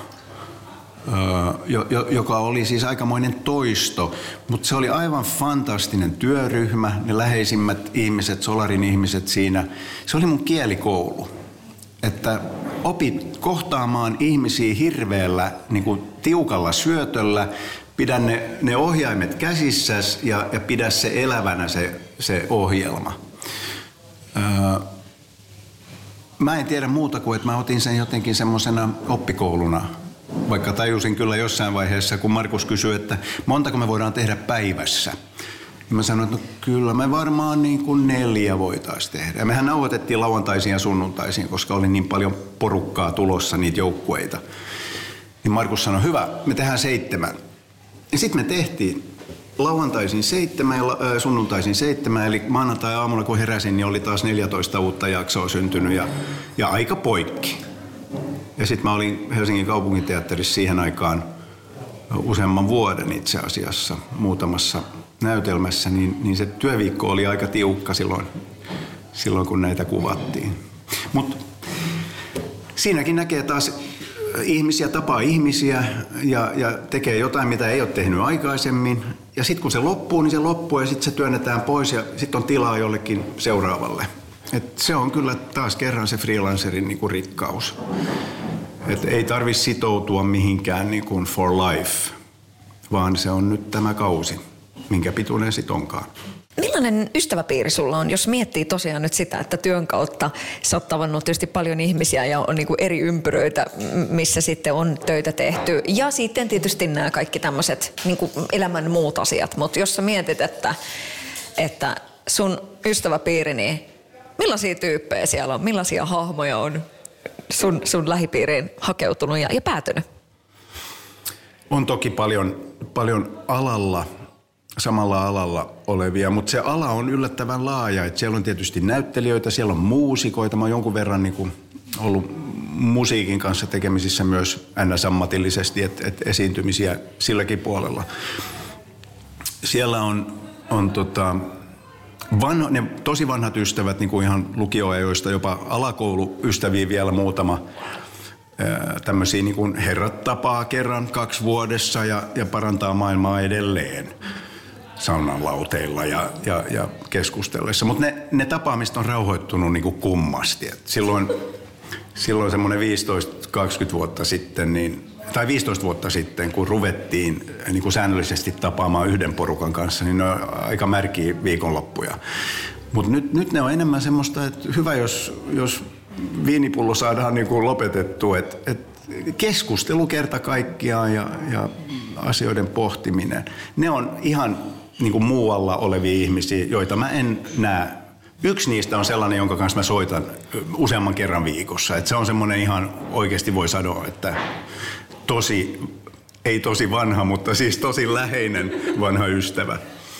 jo, jo, joka oli siis aikamoinen toisto, mutta se oli aivan fantastinen työryhmä, ne läheisimmät ihmiset, Solarin ihmiset siinä. Se oli mun kielikoulu, että opit kohtaamaan ihmisiä hirveällä niin kuin tiukalla syötöllä, pidä ne, ne ohjaimet käsissäs ja, ja pidä se elävänä se, se ohjelma. Öö, mä en tiedä muuta kuin, että mä otin sen jotenkin semmosena oppikouluna, vaikka tajusin kyllä jossain vaiheessa, kun Markus kysyi, että montako me voidaan tehdä päivässä. Ja mä sanoin, että no kyllä me varmaan niin kuin neljä voitaisiin tehdä. Ja mehän nauhoitettiin lauantaisiin ja sunnuntaisiin, koska oli niin paljon porukkaa tulossa, niitä joukkueita. Niin Markus sanoi, hyvä, me tehdään seitsemän. Ja sitten me tehtiin lauantaisin seitsemän ja sunnuntaisin seitsemän, eli maanantai-aamulla kun heräsin, niin oli taas neljätoista uutta jaksoa syntynyt ja, ja aika poikki. Ja sitten mä olin Helsingin kaupunginteatterissa siihen aikaan useamman vuoden itse asiassa muutamassa näytelmässä, niin, niin se työviikko oli aika tiukka silloin, silloin kun näitä kuvattiin. Mutta siinäkin näkee taas ihmisiä, tapaa ihmisiä ja, ja tekee jotain, mitä ei ole tehnyt aikaisemmin. Ja sitten kun se loppuu, niin se loppuu ja sitten se työnnetään pois ja sitten on tilaa jollekin seuraavalle. Et se on kyllä taas kerran se freelancerin niinku rikkaus. Et ei tarvitse sitoutua mihinkään niinku for life, vaan se on nyt tämä kausi, minkä pituinen sit onkaan. Millainen ystäväpiiri sulla on, jos miettii tosiaan nyt sitä, että työn kautta sä oot tavannut tietysti paljon ihmisiä ja on niinku eri ympyröitä, missä sitten on töitä tehty. Ja sitten tietysti nämä kaikki tämmöiset niinku elämän muut asiat. Mutta jos sä mietit, että, että sun ystäväpiiri, niin millaisia tyyppejä siellä on, millaisia hahmoja on sun, sun lähipiiriin hakeutunut ja, ja päätynyt? On toki paljon, paljon alalla. samalla alalla olevia, mutta se ala on yllättävän laaja. Et siellä on tietysti näyttelijöitä, siellä on muusikoita. Mä oon jonkun verran niin kuin ollut musiikin kanssa tekemisissä myös ns-ammatillisesti, että et esiintymisiä silläkin puolella. Siellä on, on tota, vanho, ne tosi vanhat ystävät, niin kuin ihan lukioajoista, jopa alakouluystäviä vielä muutama. Tämmöisiä niin kuin herrat tapaa kerran kaksi vuodessa ja, ja parantaa maailmaa edelleen saunan lauteilla ja, ja, ja keskustellessa. Mutta ne, ne tapaamiset on rauhoittunut niin kuin kummasti. Et silloin silloin semmoinen viisitoista kaksikymmentä vuotta sitten, niin, tai viisitoista vuotta sitten, kun ruvettiin niin kuin säännöllisesti tapaamaan yhden porukan kanssa, niin ne on aika märkiä viikonloppuja. Mutta nyt, nyt ne on enemmän semmoista, että hyvä, jos, jos viinipullo saadaan niin kuin lopetettua, että et keskustelu kerta kaikkiaan ja, ja asioiden pohtiminen. Ne on ihan niin kuin muualla olevia ihmisiä, joita mä en näe. Yksi niistä on sellainen, jonka kanssa mä soitan useamman kerran viikossa. Et se on semmoinen ihan oikeasti voi sanoa, että tosi, ei tosi vanha, mutta siis tosi läheinen vanha ystävä.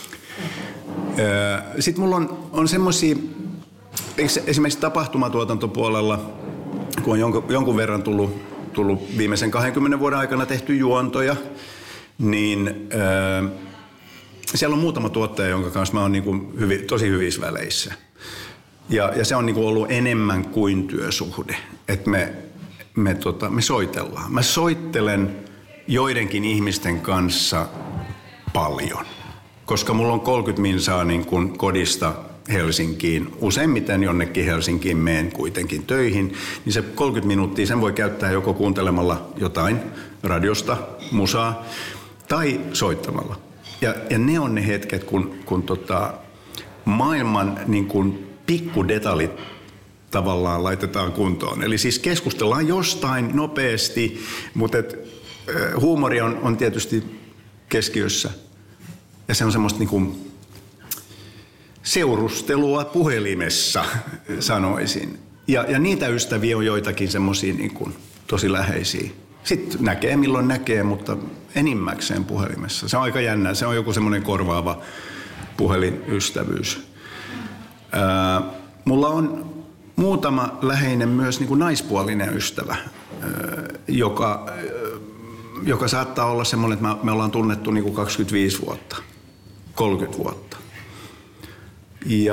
Sitten mulla on, on semmoisia, esimerkiksi tapahtumatuotantopuolella, kun on jonkun, jonkun verran tullut, tullut viimeisen kahdenkymmenen vuoden aikana tehty juontoja, niin ää, siellä on muutama tuottaja, jonka kanssa mä oon niin kuin hyvi, tosi hyvissä väleissä. Ja, ja se on niin kuin ollut enemmän kuin työsuhde, että me, me, tota, me soitellaan. Mä soittelen joidenkin ihmisten kanssa paljon, koska mulla on kolmekymmentä minsaa niin kuin kodista Helsinkiin, useimmiten jonnekin Helsinkiin meen kuitenkin töihin, niin se kolmekymmentä minuuttia sen voi käyttää joko kuuntelemalla jotain radiosta, musaa tai soittamalla. Ja, ja ne on ne hetket, kun, kun tota, maailman niin kun pikkudetaljit tavallaan laitetaan kuntoon. Eli siis keskustellaan jostain nopeasti, mutta et, äh, huumori on, on tietysti keskiössä. Ja se on semmoista niin kuin seurustelua puhelimessa, sanoisin. Ja, ja niitä ystäviä on joitakin semmoisia niin kuin tosi läheisiä. Sitten näkee milloin näkee, mutta enimmäkseen puhelimessa. Se on aika jännä. Se on joku semmoinen korvaava puhelinystävyys. Ää, mulla on muutama läheinen myös niin kuin naispuolinen ystävä, ää, joka, ää, joka saattaa olla semmoinen, että me ollaan tunnettu niin kuin kaksikymmentäviisi vuotta, kolmekymmentä vuotta. Ja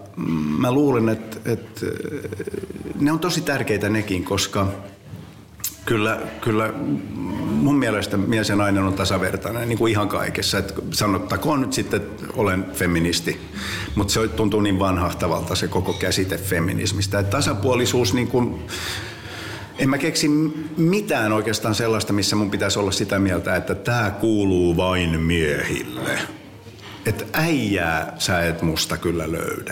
mä luulen, että, että ne on tosi tärkeitä nekin, koska kyllä, kyllä mun mielestä mies ja nainen on tasavertainen niin kuin ihan kaikessa. Että sanottakoon nyt sitten, että olen feministi, mutta se tuntuu niin vanhahtavalta se koko käsite feminismistä. Että tasapuolisuus, niin kuin, en mä keksi mitään oikeastaan sellaista, missä mun pitäisi olla sitä mieltä, että tämä kuuluu vain miehille. Että äijää sä et musta kyllä löydä.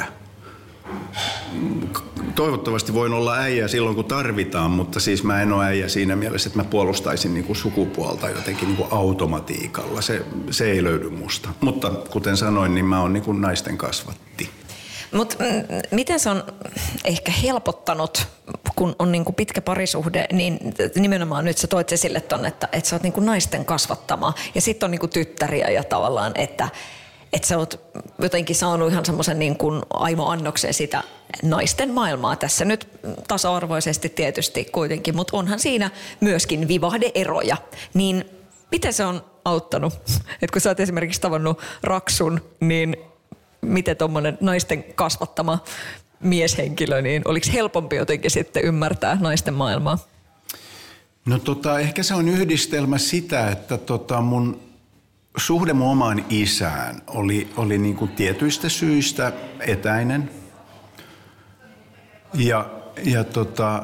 Toivottavasti voin olla äijä silloin, kun tarvitaan, mutta siis mä en ole äijä siinä mielessä, että mä puolustaisin niin kuin sukupuolta jotenkin niin kuin automatiikalla. Se, se ei löydy musta. Mutta kuten sanoin, niin mä oon niin kuin naisten kasvatti. Mutta m- miten se on ehkä helpottanut, kun on niinku pitkä parisuhde, niin nimenomaan nyt sä toit esille ton, että, että sä oot niinku naisten kasvattama ja sitten on niinku tyttäriä ja tavallaan, että että sä oot jotenkin saanut ihan semmoisen niin kuin aimo-annoksen sitä naisten maailmaa tässä nyt tasa-arvoisesti tietysti kuitenkin, mutta onhan siinä myöskin vivahde-eroja. Niin miten se on auttanut? Että kun sä oot esimerkiksi tavannut Raksun, niin miten tommonen naisten kasvattama mieshenkilö, niin oliko helpompi jotenkin sitten ymmärtää naisten maailmaa? No tota, ehkä se on yhdistelmä sitä, että tota mun suhde mun omaan isään oli, oli niin kuin tietyistä syistä etäinen. Ja, ja tota,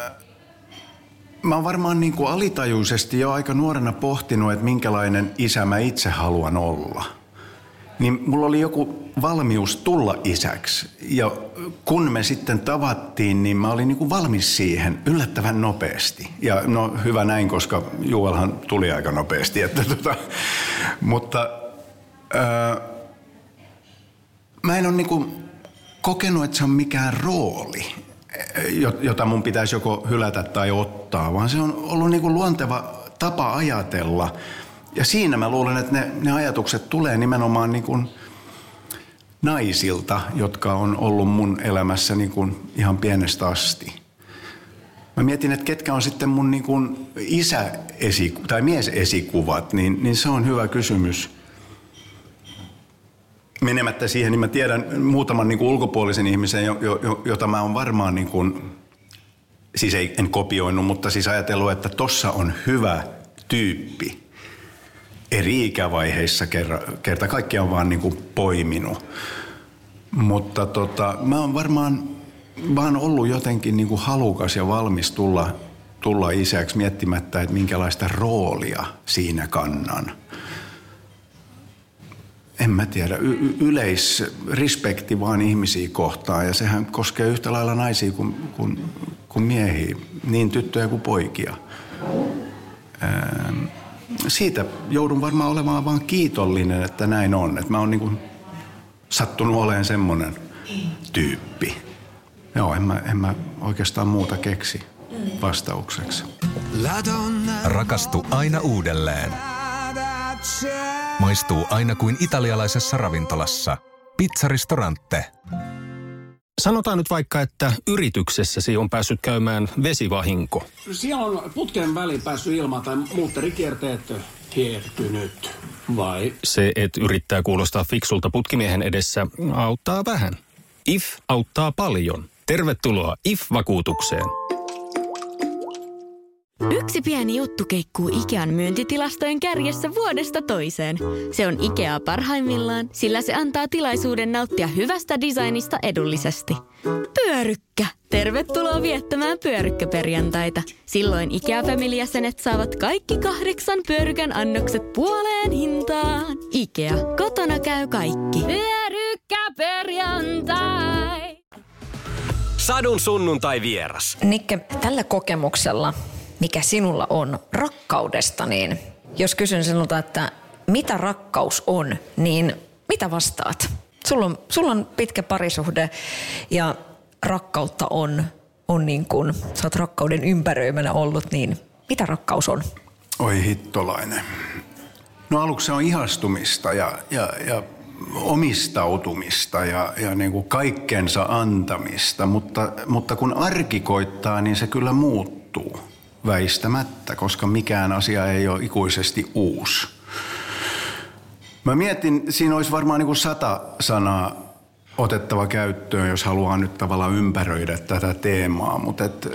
mä oon varmaan niin kuin alitajuisesti jo aika nuorena pohtinut, että minkälainen isä mä itse haluan olla. Niin mulla oli joku valmius tulla isäksi. Ja kun me sitten tavattiin, niin mä olin niin kuin valmis siihen yllättävän nopeasti. Ja no hyvä näin, koska Juuelhan tuli aika nopeasti. Että tota, mutta ää, mä en ole niin kuin kokenut, että se on mikään rooli, jota mun pitäisi joko hylätä tai ottaa. Vaan se on ollut niin kuin luonteva tapa ajatella. Ja siinä mä luulen, että ne, ne ajatukset tulee nimenomaan niin kuin naisilta, jotka on ollut mun elämässä niin kuin ihan pienestä asti. Mä mietin, että ketkä on sitten mun niin kuin isä-esiku- tai miesesikuvat, niin, niin se on hyvä kysymys. Menemättä siihen, niin mä tiedän muutaman niin kuin ulkopuolisen ihmisen, jo, jo, jota mä oon varmaan, niin kuin, siis ei, en kopioinut, mutta siis ajatellut, että tossa on hyvä tyyppi. Eri ikävaiheissa kerta, kerta kaikkiaan vaan niin kuin poiminut. Mutta tota, mä oon varmaan vaan ollut jotenkin niin kuin halukas ja valmis tulla, tulla isäksi miettimättä, että minkälaista roolia siinä kannan. En mä tiedä, y- yleisrespekti vaan ihmisiä kohtaan ja sehän koskee yhtä lailla naisia kuin, kuin, kuin miehiä, niin tyttöjä kuin poikia. Ähm. Siitä joudun varmaan olemaan vaan kiitollinen, että näin on. Että mä oon niin kuin sattunut olemaan semmoinen tyyppi. Joo, en mä, en mä oikeastaan muuta keksi vastaukseksi. Rakastu aina uudelleen. Maistuu aina kuin italialaisessa ravintolassa. Pizzaristorante. Sanotaan nyt vaikka, että yrityksessäsi on päässyt käymään vesivahinko. Siellä on putken väliin päässyt ilmaan tai muutterikierteet hiertynyt, vai? Se, että yrittää kuulostaa fiksulta putkimiehen edessä, auttaa vähän. I F auttaa paljon. Tervetuloa I F-vakuutukseen. Yksi pieni juttu keikkuu Ikean myyntitilastojen kärjessä vuodesta toiseen. Se on Ikea parhaimmillaan, sillä se antaa tilaisuuden nauttia hyvästä designista edullisesti. Pyörykkä! Tervetuloa viettämään pyörykkäperjantaita. Silloin Ikea Family-jäsenet saavat kaikki kahdeksan pyörykän annokset puoleen hintaan. Ikea, kotona käy kaikki. Pyörykkäperjantai! Sadun sunnuntai vieras. Nikke, tällä kokemuksella, mikä sinulla on rakkaudesta, niin jos kysyn sinulta, että mitä rakkaus on, niin mitä vastaat? Sulla on, sulla on pitkä parisuhde ja rakkautta on, on niin kuin, sä oot rakkauden ympäröimänä ollut, niin mitä rakkaus on? Oi hittolainen. No aluksi se on ihastumista ja, ja, ja omistautumista ja, ja niin kuin kaikkensa antamista, mutta, mutta kun arki koittaa, niin se kyllä muuttuu väistämättä, koska mikään asia ei ole ikuisesti uusi. Mä mietin, siinä olisi varmaan niin kuin sata sanaa otettava käyttöön, jos haluaa nyt tavallaan ympäröidä tätä teemaa, mutta et,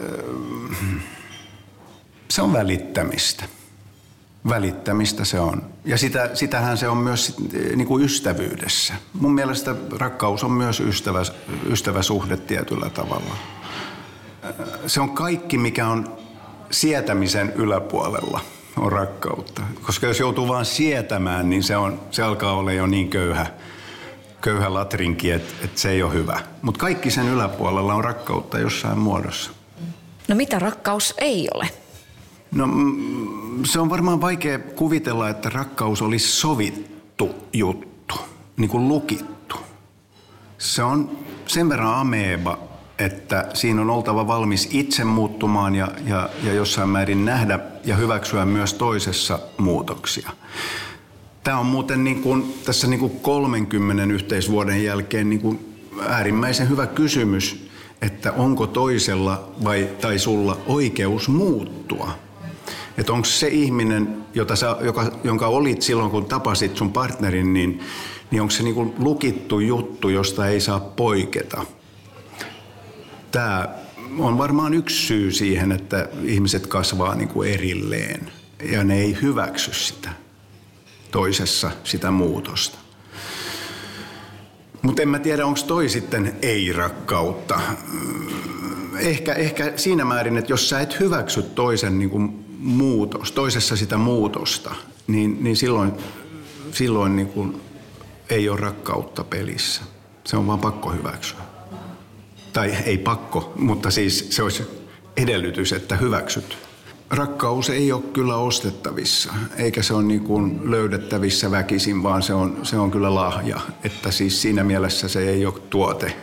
se on välittämistä. Välittämistä se on. Ja sitä, sitähän se on myös niin kuin ystävyydessä. Mun mielestä rakkaus on myös ystävä, ystäväsuhde tietyllä tavalla. Se on kaikki, mikä on sietämisen yläpuolella, on rakkautta. Koska jos joutuu vaan sietämään, niin se, on, se alkaa olla jo niin köyhä, köyhä latrinki, että, että se ei ole hyvä. Mutta kaikki sen yläpuolella on rakkautta jossain muodossa. No mitä rakkaus ei ole? No se on varmaan vaikea kuvitella, että rakkaus olisi sovittu juttu, niin kuin lukittu. Se on sen verran ameeba, että siinä on oltava valmis itse muuttumaan ja, ja, ja jossain määrin nähdä ja hyväksyä myös toisessa muutoksia. Tämä on muuten niin kuin, tässä niin kuin kolmenkymmenen yhteisvuoden jälkeen niin kuin äärimmäisen hyvä kysymys, että onko toisella vai, tai sulla oikeus muuttua. Että onko se ihminen, jota sä, joka, jonka olit silloin, kun tapasit sun partnerin, niin, niin onko se niin kuin lukittu juttu, josta ei saa poiketa. Tämä on varmaan yksi syy siihen, että ihmiset kasvaa niin kuin erilleen ja ne ei hyväksy sitä toisessa sitä muutosta. Mutta en mä tiedä, onko toi sitten ei-rakkautta. Ehkä, ehkä siinä määrin, että jos sä et hyväksy toisen niin kuin muutos, toisessa sitä muutosta, niin, niin silloin, silloin niin kuin ei ole rakkautta pelissä. Se on vaan pakko hyväksyä. Tai ei pakko, mutta siis se olisi edellytys, että hyväksyt. Rakkaus ei ole kyllä ostettavissa, eikä se ole niin kuin löydettävissä väkisin, vaan se on, se on kyllä lahja. Että siis siinä mielessä se ei ole tuote.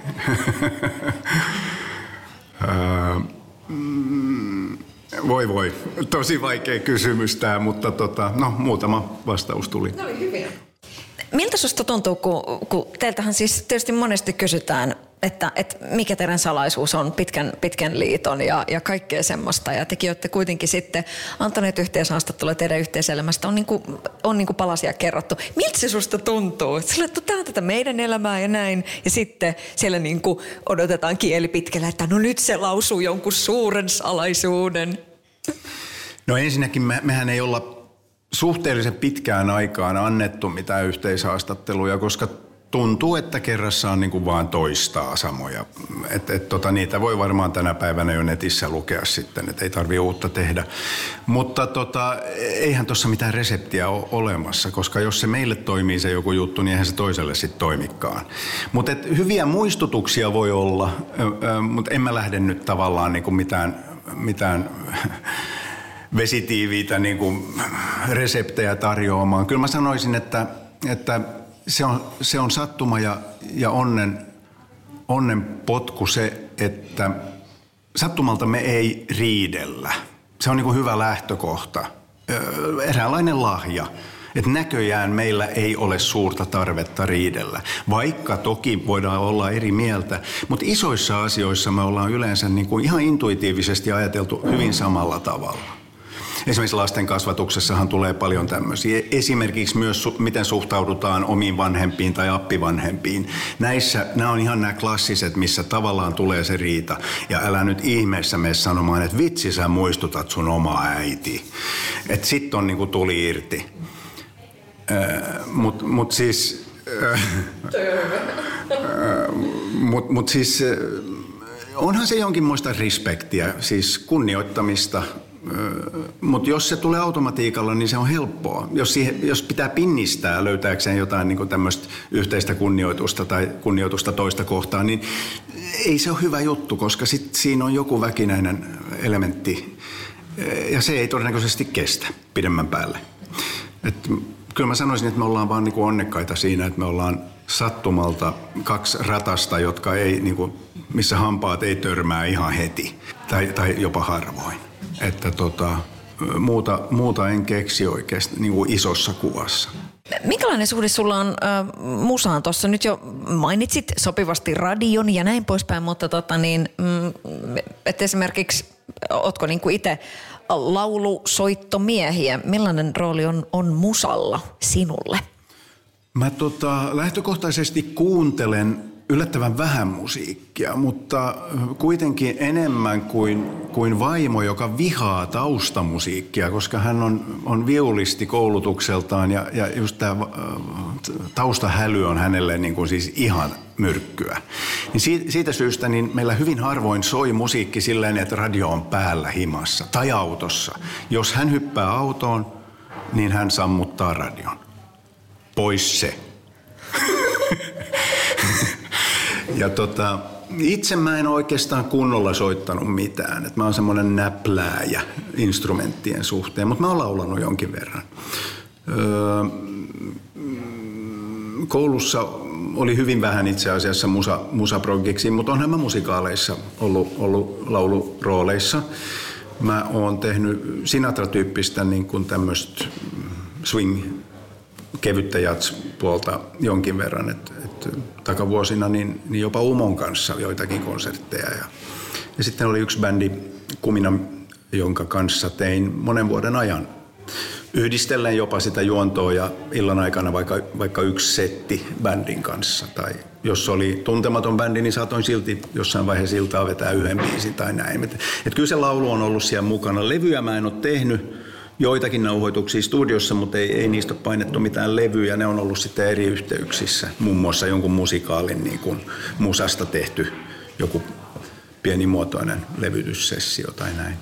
Voi voi, tosi vaikea kysymys tämä, mutta tota, no, muutama vastaus tuli. Ne oli hyviä. Miltä susta tuntuu, kun, kun teiltähän siis tietysti monesti kysytään, että, että mikä teidän salaisuus on pitkän, pitkän liiton ja, ja kaikkea semmoista. Ja tekin olette kuitenkin sitten antaneet yhteishaastattelua teidän yhteiselämästä. On, niin kuin, on niin kuin palasia kerrottu. Miltä se susta tuntuu? Sillä, että tämä on tätä meidän elämää ja näin. Ja sitten siellä niin kuin odotetaan kieli pitkällä, että no nyt se lausuu jonkun suuren salaisuuden. No ensinnäkin me, mehän ei olla suhteellisen pitkään aikaan annettu mitään yhteishaastatteluja, koska tuntuu, että kerrassa on niin kuin vaan toistaa samoja. Et, et, tota, niitä voi varmaan tänä päivänä jo netissä lukea sitten, että ei tarvitse uutta tehdä. Mutta tota, eihän tuossa mitään reseptiä ole olemassa, koska jos se meille toimii se joku juttu, niin eihän se toiselle sitten toimikaan. Mutta hyviä muistutuksia voi olla, mutta en mä lähde nyt tavallaan niin kuin mitään, mitään vesitiiviitä niin kuin reseptejä tarjoamaan. Kyllä mä sanoisin, että, että Se on, se on sattuma ja, ja onnen, onnen potku se, että sattumalta me ei riidellä. Se on niin kuin hyvä lähtökohta, eräänlainen lahja. Että näköjään meillä ei ole suurta tarvetta riidellä, vaikka toki voidaan olla eri mieltä. Mutta isoissa asioissa me ollaan yleensä niin kuin ihan intuitiivisesti ajateltu hyvin samalla tavalla. Esimerkiksi lasten kasvatuksessahan tulee paljon tämmöisiä. Esimerkiksi myös miten suhtaudutaan omiin vanhempiin tai appivanhempiin. Näissä, nämä on ihan nämä klassiset, missä tavallaan tulee se riita. Ja älä nyt ihmeessä mene sanomaan, että vitsi sä muistutat sun omaa äiti. Että sit on niinku tuli irti. Äh, mut, mut siis... Äh, äh, mut, mut siis... Äh, onhan se jonkinmoista respektiä, siis kunnioittamista. Mutta jos se tulee automatiikalla, niin se on helppoa. Jos, siihen, jos pitää pinnistää löytääkseen jotain niin tämmöistä yhteistä kunnioitusta tai kunnioitusta toista kohtaan, niin ei se ole hyvä juttu, koska sit siinä on joku väkinäinen elementti ja se ei todennäköisesti kestä pidemmän päälle. Et kyllä mä sanoisin, että me ollaan vaan niin kuin onnekkaita siinä, että me ollaan sattumalta kaksi ratasta, jotka ei, niin kuin, missä hampaat ei törmää ihan heti tai, tai jopa harvoin. Että tota, muuta, muuta en keksi oikeasti niin kuin isossa kuvassa. Minkälainen suhde sulla on äh, musaan? Tuossa nyt jo mainitsit sopivasti radion ja näin poispäin, mutta tota niin, mm, et esimerkiksi ootko niin kuin itse laulusoittomiehiä? Millainen rooli on, on musalla sinulle? Mä tota, lähtökohtaisesti kuuntelen yllättävän vähän musiikkia, mutta kuitenkin enemmän kuin, kuin vaimo, joka vihaa taustamusiikkia, koska hän on, on viulisti koulutukseltaan ja, ja just tämä taustahäly on hänelle niin kuin siis ihan myrkkyä. Niin siitä, siitä syystä niin meillä hyvin harvoin soi musiikki silleen, että radio on päällä himassa tai autossa. Jos hän hyppää autoon, niin hän sammuttaa radion. Pois se. Ja tota, itse mä en oikeastaan kunnolla soittanut mitään. Et mä oon semmoinen näplääjä instrumenttien suhteen, mutta mä oon laulanut jonkin verran. Öö, koulussa oli hyvin vähän itse asiassa musa, musaprogiksi, mutta onhan mä musikaaleissa ollut, ollut laulurooleissa. Mä oon tehnyt Sinatra-tyyppistä niin kuin tämmöistä swing kevyttä jats-puolta jonkin verran, että et takavuosina niin, niin jopa Umon kanssa joitakin konsertteja. Ja, ja sitten oli yksi bändi Kumina, jonka kanssa tein monen vuoden ajan. Yhdistellen jopa sitä juontoa ja illan aikana vaikka, vaikka yksi setti bändin kanssa. Tai jos oli tuntematon bändi, niin saatoin silti jossain vaiheessa iltaa vetää yhden biisin tai näin. Et, et kyllä se laulu on ollut siellä mukana. Levyjä mä en ole tehnyt. Joitakin nauhoituksia studiossa, mutta ei, ei niistä ole painettu mitään levyjä. Ne on ollut sitten eri yhteyksissä. Muun muassa jonkun musikaalin niin kuin musasta tehty joku pienimuotoinen levytyssessio tai näin.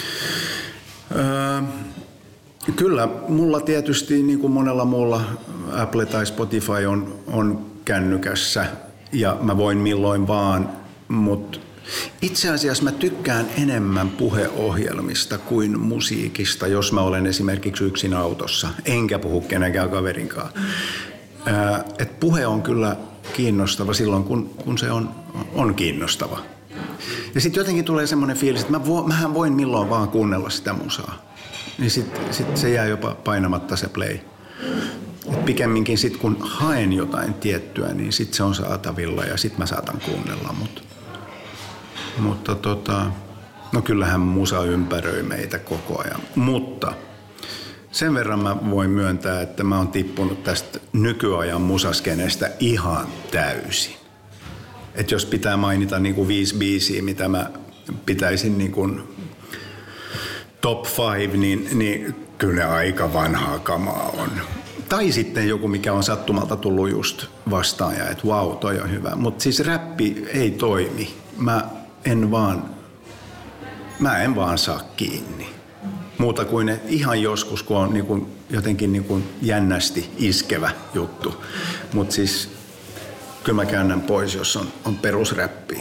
Öö, kyllä, mulla tietysti niin kuin monella muulla Apple tai Spotify on, on kännykässä ja mä voin milloin vaan, mutta itse asiassa mä tykkään enemmän puheohjelmista kuin musiikista, jos mä olen esimerkiksi yksin autossa, enkä puhu kenenkään kaverinkaan. Ää, et puhe on kyllä kiinnostava silloin, kun, kun se on, on kiinnostava. Ja sitten jotenkin tulee semmoinen fiilis, että mä vo, mähän voin milloin vaan kuunnella sitä musaa. Niin sitten sit se jää jopa painamatta se play. Et pikemminkin sitten kun haen jotain tiettyä, niin sitten se on saatavilla ja sitten mä saatan kuunnella, mutta... Mutta tota, no kyllähän musa ympäröi meitä koko ajan. Mutta sen verran mä voin myöntää, että mä oon tippunut tästä nykyajan musaskenestä ihan täysin. Että jos pitää mainita niinku viisi biisiä, mitä mä pitäisin niinku top five, niin, niin kyllä aika vanhaa kamaa on. Tai sitten joku, mikä on sattumalta tullut just vastaan ja että vau, wow, toi on hyvä. Mutta siis räppi ei toimi. Mä en vaan, mä en vaan saa kiinni. Muuta kuin että ihan joskus, kun on niinku jotenkin niinku jännästi iskevä juttu. Mutta siis kyllä mä käännän pois, jos on, on perusräppiä.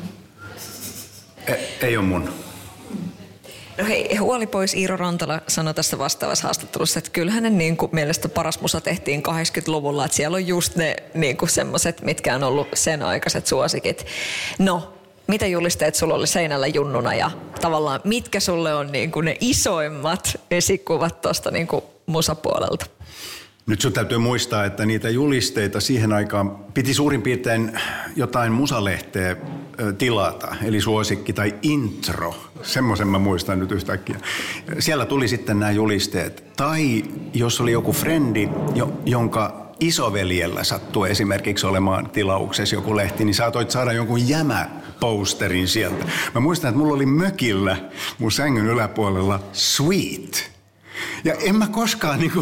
E, ei ole mun. No hei, huoli pois. Iiro Rantala sanoi tässä vastaavassa haastattelussa, että kyllähän ne niin kuin mielestä paras musa tehtiin kahdeksankymmentäluvulla, että siellä on just ne niin kuin semmoiset, mitkä on ollut sen aikaiset suosikit. No, mitä julisteet sulla oli seinällä junnuna ja tavallaan mitkä sulle on niin kuin ne isoimmat esikuvat tuosta niin kuin musapuolelta? Nyt sun täytyy muistaa, että niitä julisteita siihen aikaan piti suurin piirtein jotain musalehteä tilata, eli suosikki tai intro. Semmoisen mä muistan nyt yhtäkkiä. Siellä tuli sitten nämä julisteet. Tai jos oli joku frendi, jonka isoveljellä sattui esimerkiksi olemaan tilauksessa joku lehti, niin saatoit saada jonkun jämäposterin sieltä. Mä muistan, että mulla oli mökillä mun sängyn yläpuolella Sweet. Ja en mä koskaan niinku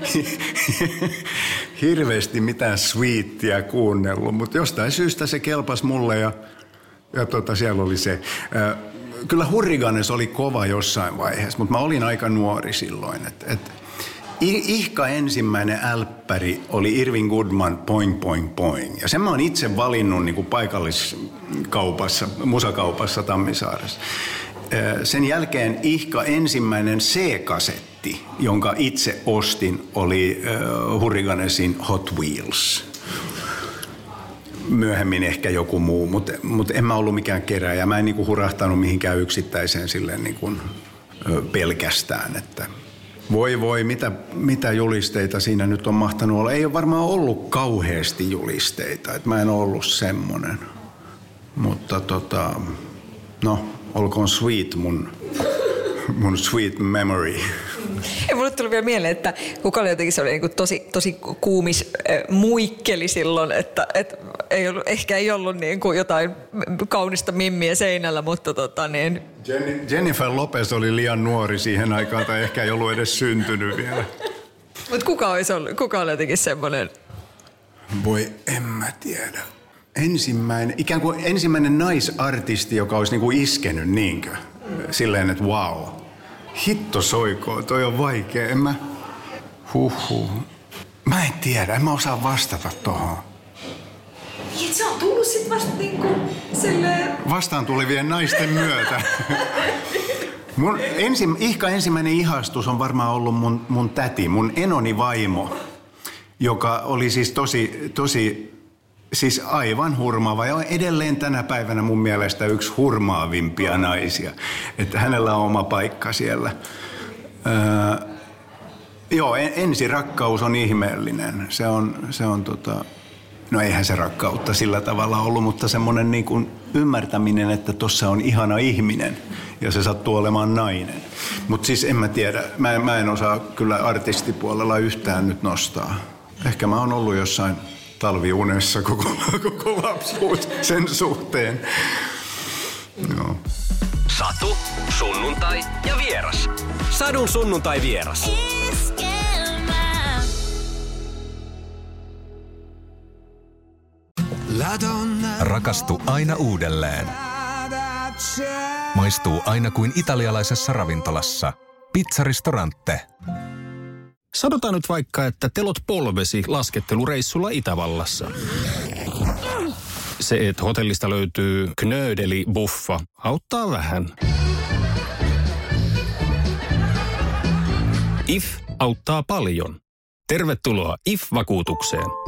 hirveästi mitään Sweetia kuunnellut, mutta jostain syystä se kelpasi mulle ja, ja tota, siellä oli se. Äh, kyllä Hurriganes oli kova jossain vaiheessa, mutta mä olin aika nuori silloin. Et, et, ihka ensimmäinen älppäri oli Irving Goodman Poing Poing Poing. Ja sen mä oon itse valinnut niinku paikalliskaupassa, musakaupassa Tammisaaressa. Sen jälkeen ihka ensimmäinen C-kasetti, jonka itse ostin, oli Hurriganesin Hot Wheels. Myöhemmin ehkä joku muu, mutta mut en mä ollut mikään kerääjä. Mä en niinku hurahtanut mihinkään yksittäiseen silleen niinku pelkästään, että voi voi, mitä, mitä julisteita siinä nyt on mahtanut olla. Ei ole varmaan ollut kauheasti julisteita, että mä en ollut semmonen. Mutta tota, no... Olkoon Sweet mun, mun sweet memory. Ja mulle tuli vielä mieleen, että kuka oli jotenkin se oli niin tosi, tosi kuumis äh, muikkeli silloin, että et, ei ollut, ehkä ei ollut niin kuin jotain kaunista mimmiä seinällä, mutta tota niin. Jennifer Lopez oli liian nuori siihen aikaan, tai ehkä ei ollut edes syntynyt vielä. Mutta kuka olisi ollut, kuka oli jotenkin semmoinen? Voi, en mä tiedä. Ensimmäinen, ikään kuin ensimmäinen naisartisti, joka olisi niinku iskenyt, niinkö? Silleen, että wow. Hitto soikoo, toi on vaikea. En mä... Huhhuh. Mä en tiedä, en mä osaa vastata tohon. Niin, se on tullut sit vasta niinku silleen... Vastaan tulevien naisten myötä. Mun ensi, ihka ensimmäinen ihastus on varmaan ollut mun, mun täti, mun enoni vaimo, joka oli siis tosi, tosi, siis aivan hurmaava ja on edelleen tänä päivänä mun mielestä yksi hurmaavimpia naisia. Että hänellä on oma paikka siellä. Öö, joo, ensirakkaus on ihmeellinen. Se on, se on tota... No eihän se rakkautta sillä tavalla ollut, mutta semmoinen niin kuin ymmärtäminen, että tossa on ihana ihminen ja se sattuu olemaan nainen. Mutta siis en mä tiedä, mä en, mä en osaa kyllä artistipuolella yhtään nyt nostaa. Ehkä mä oon ollut jossain talviunessa koko, koko lapsuus sen suhteen. Joo. Satu, sunnuntai ja vieras. Sadun sunnuntai vieras. Rakastu aina uudelleen. Maistuu aina kuin italialaisessa ravintolassa. Pizzaristorante. Sanotaan nyt vaikka, että telot polvesi laskettelureissulla Itävallassa. Se, että hotellista löytyy knöydeli buffa, auttaa vähän. I F auttaa paljon. Tervetuloa I F-vakuutukseen.